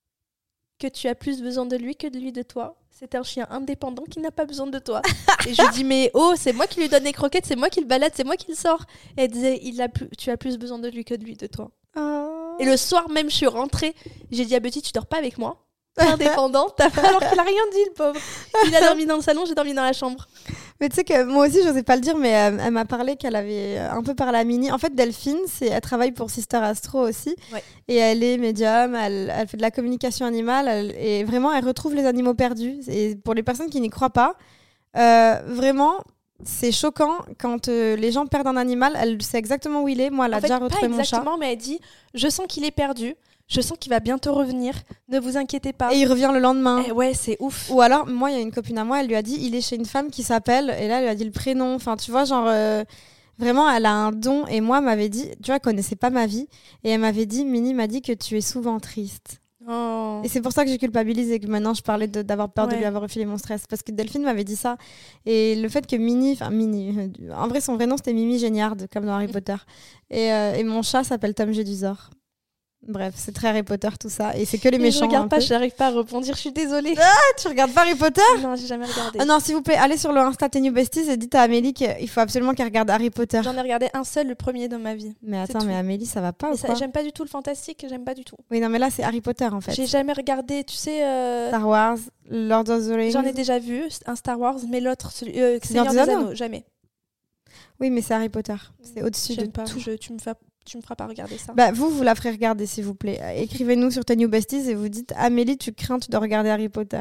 que tu as plus besoin de lui que de lui de toi. C'est un chien indépendant qui n'a pas besoin de toi. Et je lui dis, mais c'est moi qui lui donne les croquettes, c'est moi qui le balade, c'est moi qui le sors. Et elle disait, tu as plus besoin de lui que de lui de toi. Et le soir même, je suis rentrée, j'ai dit à Betty, tu dors pas avec moi? Indépendant, alors qu'il a rien dit, le pauvre. Il a dormi dans le salon, j'ai dormi dans la chambre. Mais tu sais que moi aussi, j'osais pas le dire, mais elle m'a parlé qu'elle avait un peu parlé à Mini. En fait, Delphine, elle travaille pour Sister Astro aussi. Ouais. Et elle est médium, elle fait de la communication animale. Et vraiment, elle retrouve les animaux perdus. Et pour les personnes qui n'y croient pas, vraiment, c'est choquant quand les gens perdent un animal. Elle sait exactement où il est. Moi, elle a déjà retrouvé mon chat. Exactement, mais elle dit, je sens qu'il est perdu. Je sens qu'il va bientôt revenir, ne vous inquiétez pas. Et il revient le lendemain. Ouais, c'est ouf. Ou alors, moi, il y a une copine à moi, elle lui a dit, il est chez une femme qui s'appelle, et là, elle lui a dit le prénom. Enfin, tu vois, genre, vraiment, elle a un don. Et moi, elle m'avait dit, tu vois, elle connaissait pas ma vie. Et elle m'avait dit, Mini m'a dit que tu es souvent triste. Oh. Et c'est pour ça que j'ai culpabilisé et que maintenant, je parlais d'avoir peur de lui avoir refilé mon stress. Parce que Delphine m'avait dit ça. Et le fait que Mini, en vrai, son vrai nom, c'était Mimi Géniard, comme dans Harry Potter. Et mon chat s'appelle Tom Jedusor. Bref, c'est très Harry Potter tout ça. Et c'est que les Mais méchants. je regarde un pas, peu. j'arrive pas à rebondir, je suis désolée. Tu regardes pas Harry Potter ? Non, j'ai jamais regardé. Ah non, s'il vous plaît, allez sur le Insta New Besties et dites à Amélie qu'il faut absolument qu'elle regarde Harry Potter. J'en ai regardé un seul, le premier dans ma vie. Mais attends, mais Amélie, ça va pas ou quoi ? J'aime pas du tout le fantastique, j'aime pas du tout. Oui, non, mais là, c'est Harry Potter en fait. J'ai jamais regardé, tu sais... Star Wars, Lord of the Rings. J'en ai déjà vu, un Star Wars, mais l'autre, Seigneur Seigneur des des Anneaux. Anneaux, jamais. Oui, mais c'est Harry Potter. C'est au-dessus de J'aime pas, tout. tu me feras pas regarder ça. Bah, vous la ferez regarder, s'il vous plaît. Écrivez-nous sur New Besties et vous dites Amélie, tu crains, tu dois regarder Harry Potter.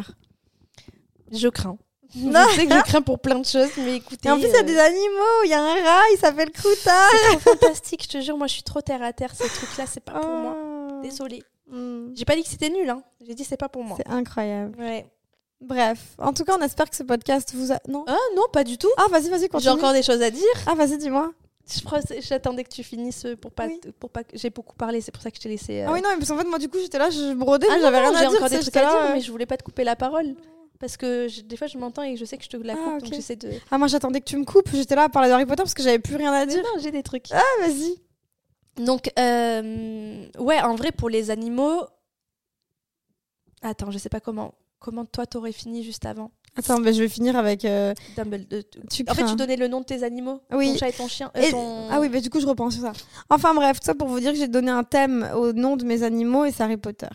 Je crains. Non. Je sais que je crains pour plein de choses, mais écoutez... Et en plus, il y a des animaux. Il y a un rat, il s'appelle Croutard. C'est trop fantastique, je te jure, moi je suis trop terre à terre, ces trucs-là, c'est pas pour moi. Désolée. J'ai pas dit que c'était nul, hein. J'ai dit c'est pas pour moi. C'est incroyable. Ouais. Bref, en tout cas, on espère que ce podcast vous a... Non, Ah non, pas du tout. Ah, vas-y, J'ai continue. encore des choses à dire. Ah, vas-y, dis-moi. J'attendais que tu finisses pour pas que j'ai beaucoup parlé, c'est pour ça que je t'ai laissé. Ah oui, non, mais parce qu'en fait, moi, du coup, j'étais là, je brodais, mais non, j'avais rien à j'ai dire. encore des c'est trucs à j'étais dire, là, mais je voulais pas te couper la parole. Parce que des fois, je m'entends et je sais que je te la coupe, ok. donc j'essaie de. Ah, moi, j'attendais que tu me coupes. J'étais là à parler d'Harry Potter parce que j'avais plus rien à Mais dire. non, j'ai des trucs. Ah, vas-y. Donc, ouais, en vrai, pour les animaux. Attends, je sais pas comment toi t'aurais fini juste avant. Attends, je vais finir avec. Dumbledore. Tu En fait, crains. tu donnais le nom de tes animaux. Oui. Ton chat et ton chien. Et- Ah oui, du coup, je repense sur ça. Enfin bref, tout ça pour vous dire que j'ai donné un thème au nom de mes animaux et c'est Harry Potter.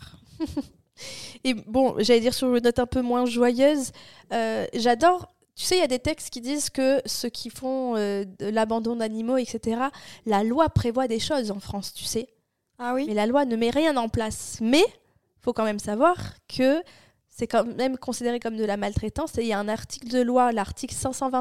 Et bon, j'allais dire sur une note un peu moins joyeuse, j'adore. Tu sais, il y a des textes qui disent que ceux qui font de l'abandon d'animaux, etc., la loi prévoit des choses en France, tu sais. Ah oui. Mais la loi ne met rien en place. Mais faut quand même savoir que c'est quand même considéré comme de la maltraitance. Et il y a un article de loi, l'article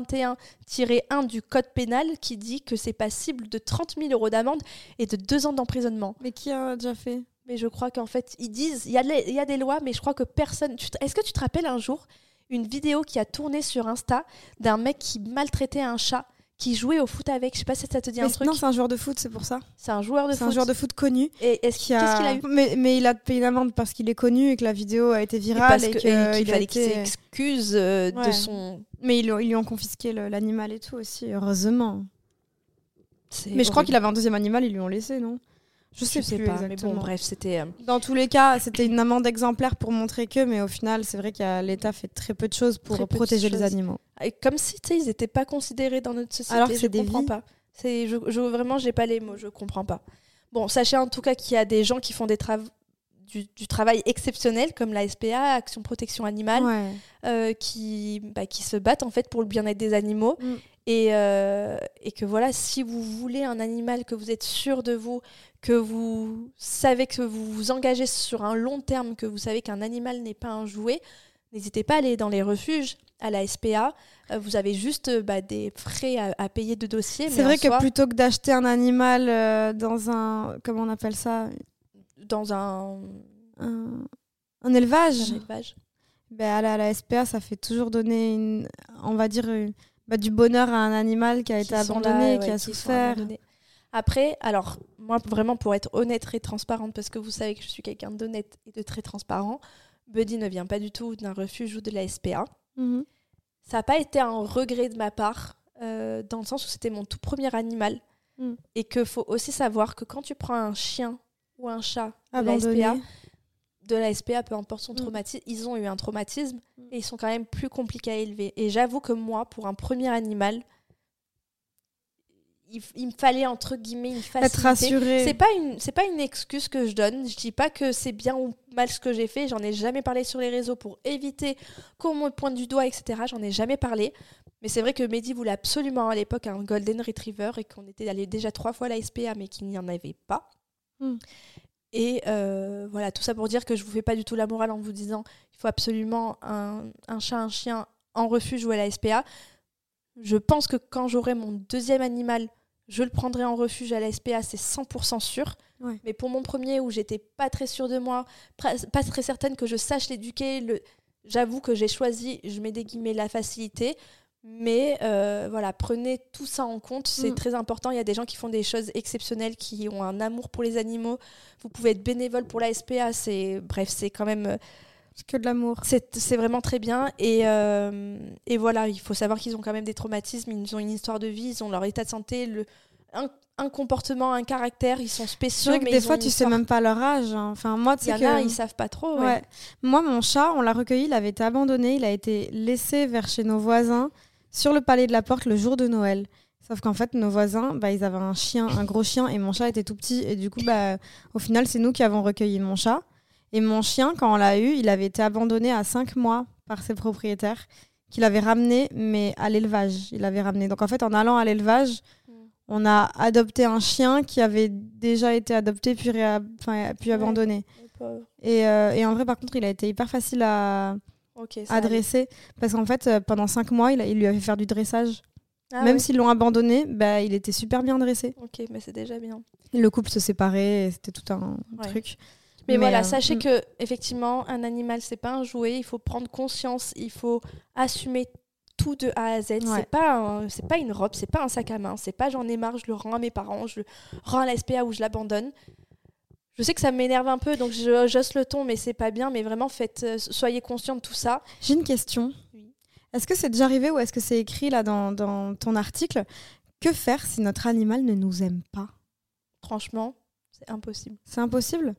521-1 du Code pénal, qui dit que c'est passible de 30 000 € d'amende et de 2 ans d'emprisonnement. Mais qui a déjà fait? Mais je crois qu'en fait, ils disent, il y a des lois, mais je crois que personne... Est-ce que tu te rappelles un jour une vidéo qui a tourné sur Insta d'un mec qui maltraitait un chat, qui jouait au foot avec? Je sais pas si ça te dit un truc. Non, c'est un joueur de foot, c'est pour ça. C'est un joueur de foot. C'est un joueur de foot connu. Et qu'est-ce qu'il a eu? Mais il a payé une amende parce qu'il est connu et que la vidéo a été virale et qu'il fallait qu'il s'excuse de son... Mais ils lui ont confisqué l'animal et tout aussi, heureusement. Mais je horrible. crois qu'il avait un deuxième animal, ils lui ont laissé, non? Je sais plus pas, exactement. Mais bon, bref, c'était... Dans tous les cas, c'était une amende exemplaire pour montrer que, mais au final, c'est vrai que l'État fait très peu de choses pour protéger les animaux. Et comme si, tu sais, ils n'étaient pas considérés dans notre société. Alors que c'est des comprends vies. pas. Vraiment, j'ai pas les mots, je comprends pas. Bon, sachez en tout cas qu'il y a des gens qui font du travail exceptionnel, comme la SPA, Action Protection Animale, qui se battent en fait pour le bien-être des animaux. Et que voilà, si vous voulez un animal, que vous êtes sûr de vous, que vous savez que vous vous engagez sur un long terme, que vous savez qu'un animal n'est pas un jouet, n'hésitez pas à aller dans les refuges, à la SPA. Vous avez juste des frais à payer de dossier. C'est vrai que plutôt que d'acheter un animal dans un... Comment on appelle ça? Dans un élevage. Un élevage. Aller à la SPA, ça fait toujours donner, on va dire, du bonheur à un animal qui a été abandonné, qui a souffert. Après, alors, moi, vraiment, pour être honnête et transparente, parce que vous savez que je suis quelqu'un d'honnête et de très transparent, Buddy ne vient pas du tout d'un refuge ou de la SPA. Mm-hmm. Ça n'a pas été un regret de ma part, dans le sens où c'était mon tout premier animal. Et qu'il faut aussi savoir que quand tu prends un chien ou un chat de la SPA, peu importe son traumatisme, ils ont eu un traumatisme et ils sont quand même plus compliqués à élever. Et j'avoue que moi, pour un premier animal, il me fallait, entre guillemets, une facilité. Être rassurée. C'est pas une excuse que je donne. Je dis pas que c'est bien ou mal ce que j'ai fait. J'en ai jamais parlé sur les réseaux pour éviter qu'on me pointe du doigt, etc. J'en ai jamais parlé. Mais c'est vrai que Mehdi voulait absolument à l'époque un Golden Retriever et qu'on était allé déjà 3 fois à la SPA, mais qu'il n'y en avait pas. Et voilà, tout ça pour dire que je vous fais pas du tout la morale en vous disant il faut absolument un chat, un chien en refuge ou à la SPA. Je pense que quand j'aurai mon deuxième animal, je le prendrai en refuge à la SPA, c'est 100% sûr. Ouais. Mais pour mon premier, où j'étais pas très sûre de moi, pas très certaine que je sache l'éduquer, j'avoue que j'ai choisi, je mets des guillemets, la facilité. Mais voilà, prenez tout ça en compte, c'est très important. Il y a des gens qui font des choses exceptionnelles, qui ont un amour pour les animaux. Vous pouvez être bénévole pour la SPA, c'est quand même... c'est que de l'amour. C'est vraiment très bien. Et voilà, il faut savoir qu'ils ont quand même des traumatismes, ils ont une histoire de vie, ils ont leur état de santé. un comportement, un caractère, ils sont spéciaux. C'est vrai que mais des fois, tu sais même pas leur âge. Enfin, moi, tu sais il y en a, ils savent pas trop. Ouais. Moi, mon chat, on l'a recueilli, il avait été abandonné, il a été laissé vers chez nos voisins sur le palier de la porte le jour de Noël. Sauf qu'en fait, nos voisins, ils avaient un gros chien, et mon chat était tout petit. Et du coup, au final, c'est nous qui avons recueilli mon chat. Et mon chien, quand on l'a eu, il avait été abandonné à 5 mois par ses propriétaires, qu'il avait ramené, mais à l'élevage. Il avait ramené. Donc en fait, en allant à l'élevage, on a adopté un chien qui avait déjà été adopté puis abandonné. Et en vrai, par contre, il a été hyper facile à dresser. Parce qu'en fait, pendant 5 mois, il lui avait fait faire du dressage. Même s'ils l'ont abandonné, il était super bien dressé. Ok, mais c'est déjà bien. Le couple se séparait, et c'était tout un truc. Mais voilà, sachez que effectivement, un animal, c'est pas un jouet. Il faut prendre conscience, il faut assumer tout de A à Z. C'est pas une robe, c'est pas un sac à main, c'est pas j'en ai marre, je le rends à mes parents, je le rends à la SPA ou je l'abandonne. Je sais que ça m'énerve un peu, donc j'osse le ton, mais c'est pas bien. Mais vraiment, soyez conscient de tout ça. J'ai une question. Oui. Est-ce que c'est déjà arrivé ou est-ce que c'est écrit là dans ton article? Que faire si notre animal ne nous aime pas? Franchement, c'est impossible. C'est impossible?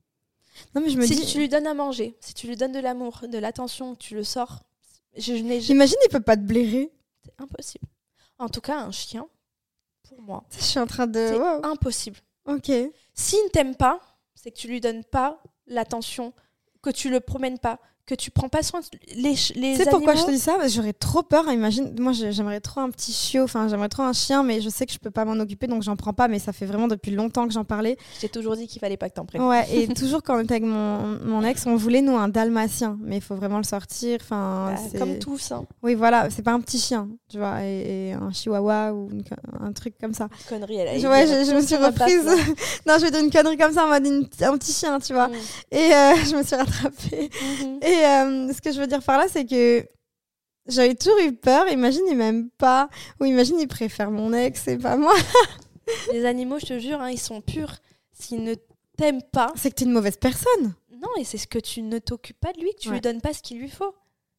Non, mais je me dis... Si tu lui donnes à manger, si tu lui donnes de l'amour, de l'attention, tu le sors... J'imagine, il peut pas te blairer. C'est impossible. En tout cas, un chien, pour moi... Je suis en train de... C'est impossible. Ok. S'il ne t'aime pas, c'est que tu lui donnes pas l'attention, que tu le promènes pas, que tu prends pas soin les tu sais animaux. Pourquoi je te dis ça? Parce que j'aurais trop peur. Imagine, moi j'aimerais trop un petit chiot, j'aimerais trop un chien, mais je sais que je peux pas m'en occuper, donc j'en prends pas. Mais ça fait vraiment depuis longtemps que j'en parlais. J'ai toujours dit qu'il fallait pas que t'en prennes. Ouais, et toujours quand on était avec mon ex, on voulait nous un dalmatien, mais il faut vraiment le sortir. Comme tous. Hein. Oui, voilà, c'est pas un petit chien, tu vois, et un chihuahua ou un truc comme ça. Une connerie, elle a dit. Ouais, je me suis reprise. Non, je vais dire une connerie comme ça en mode un petit chien, tu vois. Et je me suis rattrapée. Et ce que je veux dire par là, c'est que j'avais toujours eu peur. Imagine, il m'aime pas. Ou imagine, il préfère mon ex et pas moi. Les animaux, je te jure, ils sont purs. S'ils ne t'aiment pas... C'est que t'es une mauvaise personne. Non, et c'est ce que tu ne t'occupes pas de lui, que tu lui donnes pas ce qu'il lui faut.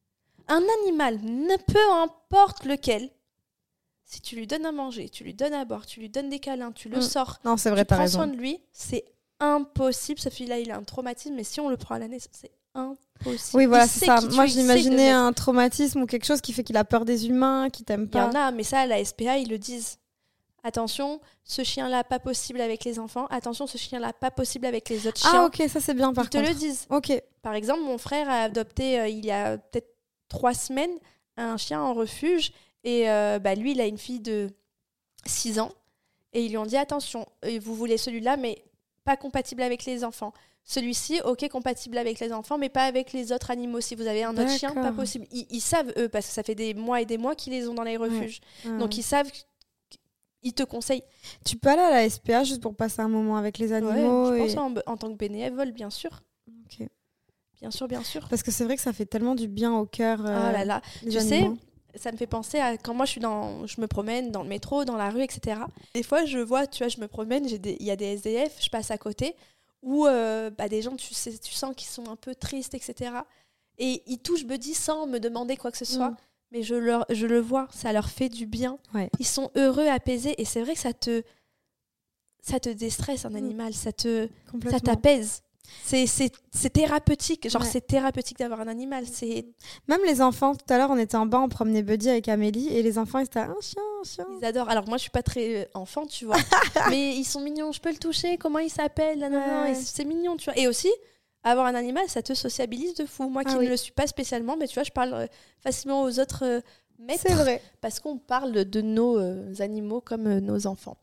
Un animal, peu importe lequel, si tu lui donnes à manger, tu lui donnes à boire, tu lui donnes des câlins, tu le sors, non, c'est vrai, tu prends soin de lui, c'est impossible. Ce fille-là, il a un traumatisme, mais si on le prend à la naissance, c'est impossible. Oui, voilà, c'est ça. Moi, j'imaginais un traumatisme ou quelque chose qui fait qu'il a peur des humains, qu'il t'aime pas. Il y en a, mais ça, à la SPA, ils le disent. Attention, ce chien-là, pas possible avec les enfants. Attention, ce chien-là, pas possible avec les autres chiens. Ah, ok, ça c'est bien par contre. Ils te le disent. Ok. Par exemple, mon frère a adopté, il y a peut-être 3 semaines, un chien en refuge. Et lui, il a une fille de 6 ans. Et ils lui ont dit, attention, vous voulez celui-là, mais pas compatible avec les enfants. Celui-ci, ok, compatible avec les enfants, mais pas avec les autres animaux. Si vous avez un autre chien, pas possible. Ils savent, eux, parce que ça fait des mois et des mois qu'ils les ont dans les refuges. Ouais. Donc, ils savent... Ils te conseillent. Tu peux aller à la SPA juste pour passer un moment avec les animaux. Ouais, je pense en tant que bénévole, bien sûr. Ok. Bien sûr, bien sûr. Parce que c'est vrai que ça fait tellement du bien au cœur. Oh là là. Tu sais, ça me fait penser à quand moi je me promène dans le métro, dans la rue, etc. Des fois, je vois, tu vois, je me promène, il y a des SDF, je passe à côté, où des gens, tu sens qu'ils sont un peu tristes, etc. Et ils touchent Buddy sans me demander quoi que ce soit. Mais je le vois, ça leur fait du bien. Ouais. Ils sont heureux, apaisés. Et c'est vrai que ça te déstresse, un animal. Ça t'apaise. C'est thérapeutique. Genre, c'est thérapeutique d'avoir un animal. Même les enfants, tout à l'heure, on était en bas, on promenait Buddy avec Amélie. Et les enfants, ils étaient un chien. Ils adorent. Alors, moi, je suis pas très enfant, tu vois. Mais ils sont mignons. Je peux le toucher. Comment il s'appelle? C'est mignon, tu vois. Et aussi... avoir un animal, ça te sociabilise de fou. Moi qui ne le suis pas spécialement, mais tu vois, je parle facilement aux autres maîtres. C'est vrai. Parce qu'on parle de nos animaux comme nos enfants.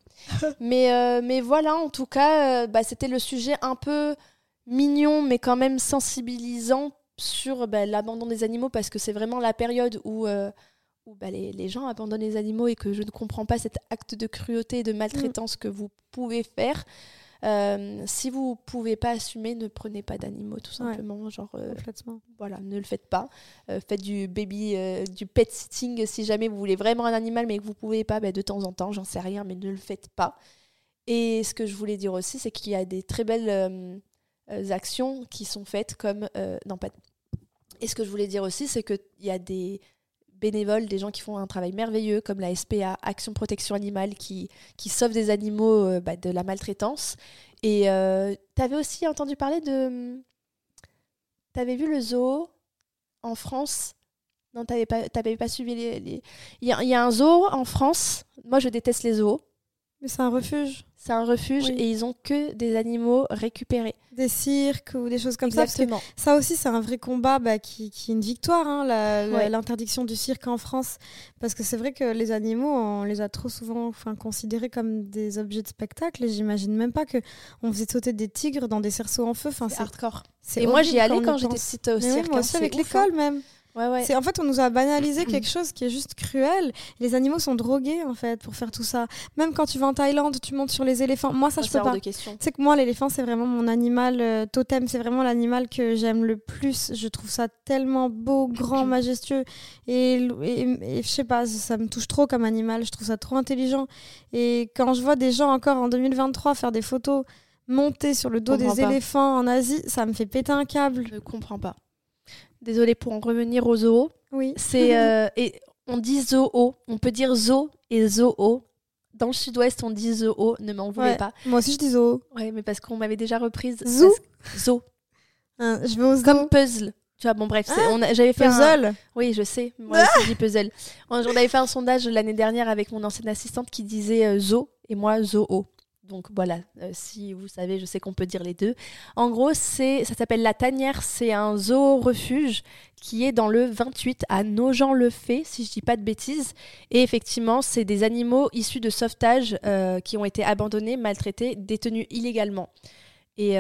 mais voilà, en tout cas, c'était le sujet un peu mignon, mais quand même sensibilisant sur l'abandon des animaux, parce que c'est vraiment la période où les gens abandonnent les animaux et que je ne comprends pas cet acte de cruauté et de maltraitance que vous pouvez faire. Si vous pouvez pas assumer, ne prenez pas d'animaux, tout simplement. Voilà, ne le faites pas. Faites du pet sitting si jamais vous voulez vraiment un animal mais que vous pouvez pas, de temps en temps, j'en sais rien, mais ne le faites pas. Et ce que je voulais dire aussi, c'est qu'il y a des très belles actions qui sont faites comme et ce que je voulais dire aussi, c'est qu'il y a des bénévoles, des gens qui font un travail merveilleux, comme la SPA, Action Protection Animale, qui sauve des animaux de la maltraitance. Et t'avais aussi entendu parler de... T'avais vu le zoo en France ? Non, t'avais pas suivi les... Il y a un zoo en France. Moi, je déteste les zoos. Mais c'est un refuge. C'est un refuge et ils ont que des animaux récupérés. Des cirques ou des choses comme Exactement. Ça. Ça aussi, c'est un vrai combat qui est une victoire, hein, l'interdiction du cirque en France. Parce que c'est vrai que les animaux, on les a trop souvent considérés comme des objets de spectacle. Et j'imagine même pas qu'on faisait sauter des tigres dans des cerceaux en feu. C'est hardcore. Et moi, j'y allais quand j'étais petite au cirque. Moi aussi, avec l'école même. Ouais. En fait, on nous a banalisé quelque chose qui est juste cruel. Les animaux sont drogués, en fait, pour faire tout ça. Même quand tu vas en Thaïlande, tu montes sur les éléphants. Moi, ça, je peux pas. Tu sais que moi, l'éléphant, c'est vraiment mon animal totem. C'est vraiment l'animal que j'aime le plus. Je trouve ça tellement beau, grand, majestueux. Et je sais pas, ça me touche trop comme animal. Je trouve ça trop intelligent. Et quand je vois des gens encore en 2023 faire des photos montées sur le dos des éléphants en Asie, ça me fait péter un câble. Je ne comprends pas. Désolée, pour en revenir au zoo. Oui. Et on dit zoo. On peut dire zoo et zoo. Dans le sud-ouest, on dit zoo. Ne m'en voulez pas. Moi aussi, je dis zoo. Ouais, mais parce qu'on m'avait déjà reprise. Zoo. Zoo. Je vais au zoo. Comme puzzle. Tu vois, bon, bref. J'avais fait puzzle. Oui, je sais. Moi aussi, je dis puzzle. On avait fait un sondage l'année dernière avec mon ancienne assistante qui disait zoo et moi zoo. Donc voilà, si vous savez, je sais qu'on peut dire les deux. En gros, ça s'appelle La Tanière, c'est un zoo-refuge qui est dans le 28 à Nogent-le-Fay, si je dis pas de bêtises. Et effectivement, c'est des animaux issus de sauvetage qui ont été abandonnés, maltraités, détenus illégalement. Et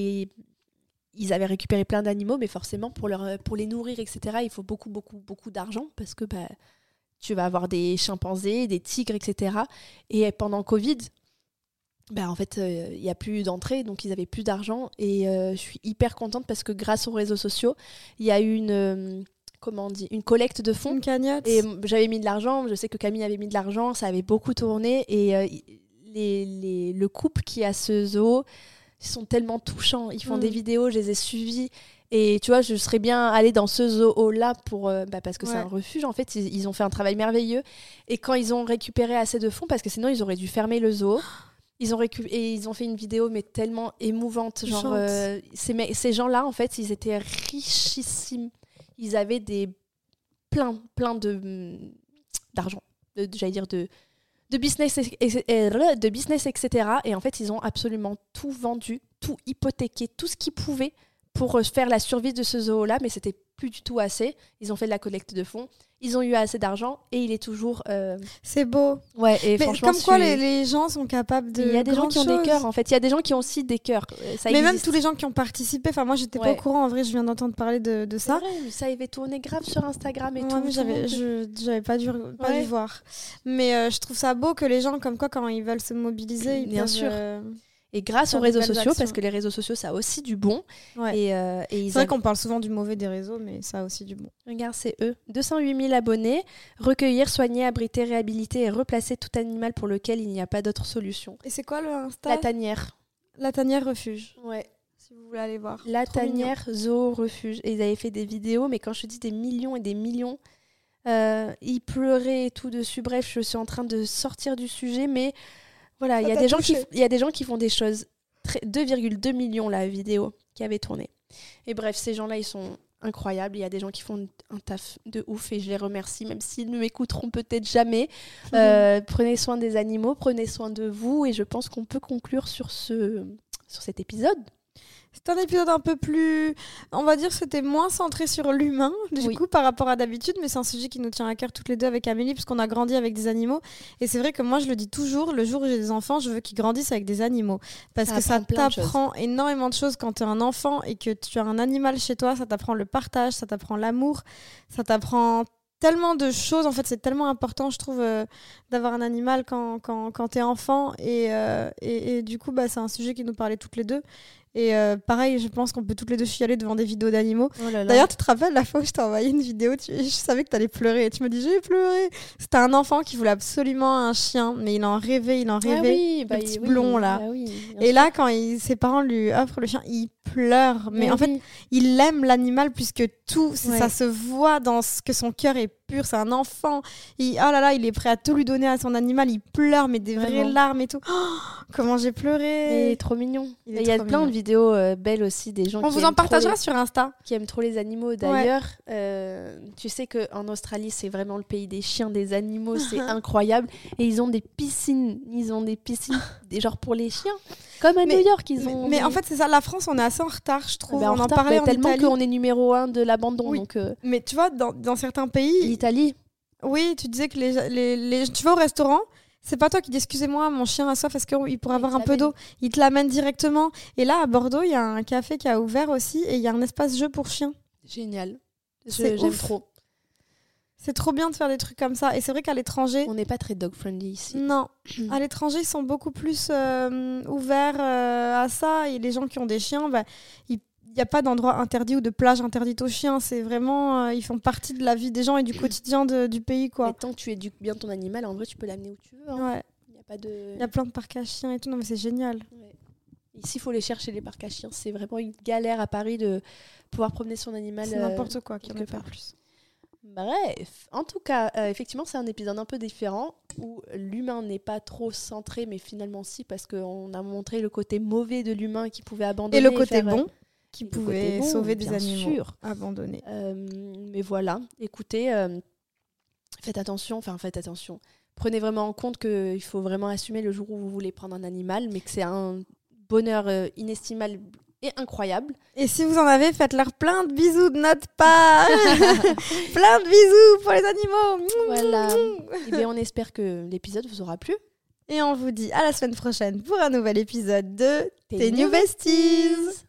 ils avaient récupéré plein d'animaux, mais forcément, pour les nourrir, etc., il faut beaucoup, beaucoup, beaucoup d'argent parce que tu vas avoir des chimpanzés, des tigres, etc. Et pendant Covid... en fait, il n'y a plus d'entrée, donc ils n'avaient plus d'argent. Et je suis hyper contente parce que grâce aux réseaux sociaux, il y a eu une collecte de fonds. Une cagnotte. Et j'avais mis de l'argent, je sais que Camille avait mis de l'argent, ça avait beaucoup tourné. Et le couple qui a ce zoo, ils sont tellement touchants. Ils font des vidéos, je les ai suivis. Et tu vois, je serais bien allée dans ce zoo-là parce que c'est un refuge. En fait, ils ont fait un travail merveilleux. Et quand ils ont récupéré assez de fonds, parce que sinon ils auraient dû fermer le zoo... Ils ont fait une vidéo mais tellement émouvante. Genre, ces gens-là, en fait, ils étaient richissimes. Ils avaient plein d'argent, de business, etc. Et en fait, ils ont absolument tout vendu, tout hypothéqué, tout ce qu'ils pouvaient pour faire la survie de ce zoo-là, mais c'était plus du tout assez. Ils ont fait de la collecte de fonds. Ils ont eu assez d'argent et il est toujours... C'est beau. Ouais, et mais franchement... Comme quoi les gens sont capables de... Il y a des gens qui ont des cœurs, en fait. Il y a des gens qui ont aussi des cœurs. Mais même tous les gens qui ont participé. Enfin, moi, j'étais pas au courant. En vrai, je viens d'entendre parler de ça. C'est vrai, mais ça avait tourné grave sur Instagram et tout. Mais j'avais pas dû voir. Mais je trouve ça beau que les gens, comme quoi, quand ils veulent se mobiliser, ils Bien peuvent... sûr. Et grâce aux réseaux sociaux, parce que les réseaux sociaux, ça a aussi du bon. Ouais. C'est vrai qu'on parle souvent du mauvais des réseaux, mais ça a aussi du bon. Regarde, c'est eux. 208 000 abonnés. Recueillir, soigner, abriter, réhabiliter et replacer tout animal pour lequel il n'y a pas d'autre solution. Et c'est quoi le Insta ? La Tanière. La Tanière Refuge. Ouais. Si vous voulez aller voir. La Tanière Zoo Refuge. Et ils avaient fait des vidéos, mais quand je te dis des millions et des millions, ils pleuraient et tout dessus. Bref, je suis en train de sortir du sujet, mais... Voilà, il y a des gens qui font des choses. 2,2 millions la vidéo qui avait tourné. Et bref, ces gens-là, ils sont incroyables. Il y a des gens qui font un taf de ouf et je les remercie, même s'ils ne m'écouteront peut-être jamais. Prenez soin des animaux, prenez soin de vous et je pense qu'on peut conclure sur cet épisode. C'est un épisode un peu plus... On va dire que c'était moins centré sur l'humain, du coup, par rapport à d'habitude, mais c'est un sujet qui nous tient à cœur toutes les deux avec Amélie, parce qu'on a grandi avec des animaux. Et c'est vrai que moi, je le dis toujours, le jour où j'ai des enfants, je veux qu'ils grandissent avec des animaux. Parce que ça t'apprend énormément de choses quand tu es un enfant et que tu as un animal chez toi. Ça t'apprend le partage, ça t'apprend l'amour, ça t'apprend... tellement de choses, en fait, c'est tellement important, je trouve, d'avoir un animal quand t'es enfant. Et du coup, c'est un sujet qui nous parlait toutes les deux. Et pareil, je pense qu'on peut toutes les deux chialer devant des vidéos d'animaux. Oh là là. D'ailleurs, tu te rappelles la fois où je t'ai envoyé une vidéo, je savais que t'allais pleurer. Et tu me dis, j'ai pleuré. C'était un enfant qui voulait absolument un chien, mais il en rêvait. Ah oui, le petit blond, là. Ah oui, et là, quand ses parents lui offrent le chien, il pleure. Mais en fait, il aime l'animal plus que tout. Ça se voit dans ce que son cœur est pur, c'est un enfant. Oh là là, il est prêt à tout lui donner à son animal. Il pleure, mais des vraies larmes et tout. Oh, comment j'ai pleuré. Il est trop mignon. Il y a plein de vidéos belles aussi des gens On vous en partagera sur Insta. Qui aiment trop les animaux. D'ailleurs, tu sais qu'en Australie, c'est vraiment le pays des chiens, des animaux. C'est incroyable. Et ils ont des piscines. Genre pour les chiens. Comme à New York, ils ont... Mais en fait, c'est ça. La France, on est assez en retard, je trouve. On en parlait tellement qu'on est numéro 1 de l'abandon. Oui. Donc, mais tu vois, dans certains pays... L'Italie. Oui, tu disais que tu vas au restaurant, c'est pas toi qui dis excusez-moi, mon chien a soif, est-ce qu'il pourrait avoir un peu d'eau? Il te l'amène directement. Et là, à Bordeaux, il y a un café qui a ouvert aussi et il y a un espace jeu pour chiens. Génial. J'aime trop. C'est trop bien de faire des trucs comme ça. Et c'est vrai qu'à l'étranger... On n'est pas très dog-friendly ici. Non. À l'étranger, ils sont beaucoup plus ouverts à ça. Et les gens qui ont des chiens, il n'y a pas d'endroit interdit ou de plage interdite aux chiens. C'est vraiment... ils font partie de la vie des gens et du quotidien du pays, quoi. Et tant que tu éduques bien ton animal, en vrai, tu peux l'amener où tu veux. Hein. Ouais. Il y a plein de parcs à chiens et tout. Non, mais c'est génial. Ouais. Ici, il faut les chercher, les parcs à chiens. C'est vraiment une galère à Paris de pouvoir promener son animal. C'est n'importe quoi, qu'il n'y en ait pas plus. Bref, en tout cas, effectivement, c'est un épisode un peu différent où l'humain n'est pas trop centré, mais finalement si, parce qu'on a montré le côté mauvais de l'humain qui pouvait abandonner. Et le côté bon qui pouvait sauver des animaux abandonnés. Mais voilà, écoutez, faites attention. Prenez vraiment en compte qu'il faut vraiment assumer le jour où vous voulez prendre un animal, mais que c'est un bonheur inestimable et incroyable. Et si vous en avez, faites-leur plein de bisous de notre part. Plein de bisous pour les animaux. Voilà. Et bien, on espère que l'épisode vous aura plu. Et on vous dit à la semaine prochaine pour un nouvel épisode de Tes New Besties.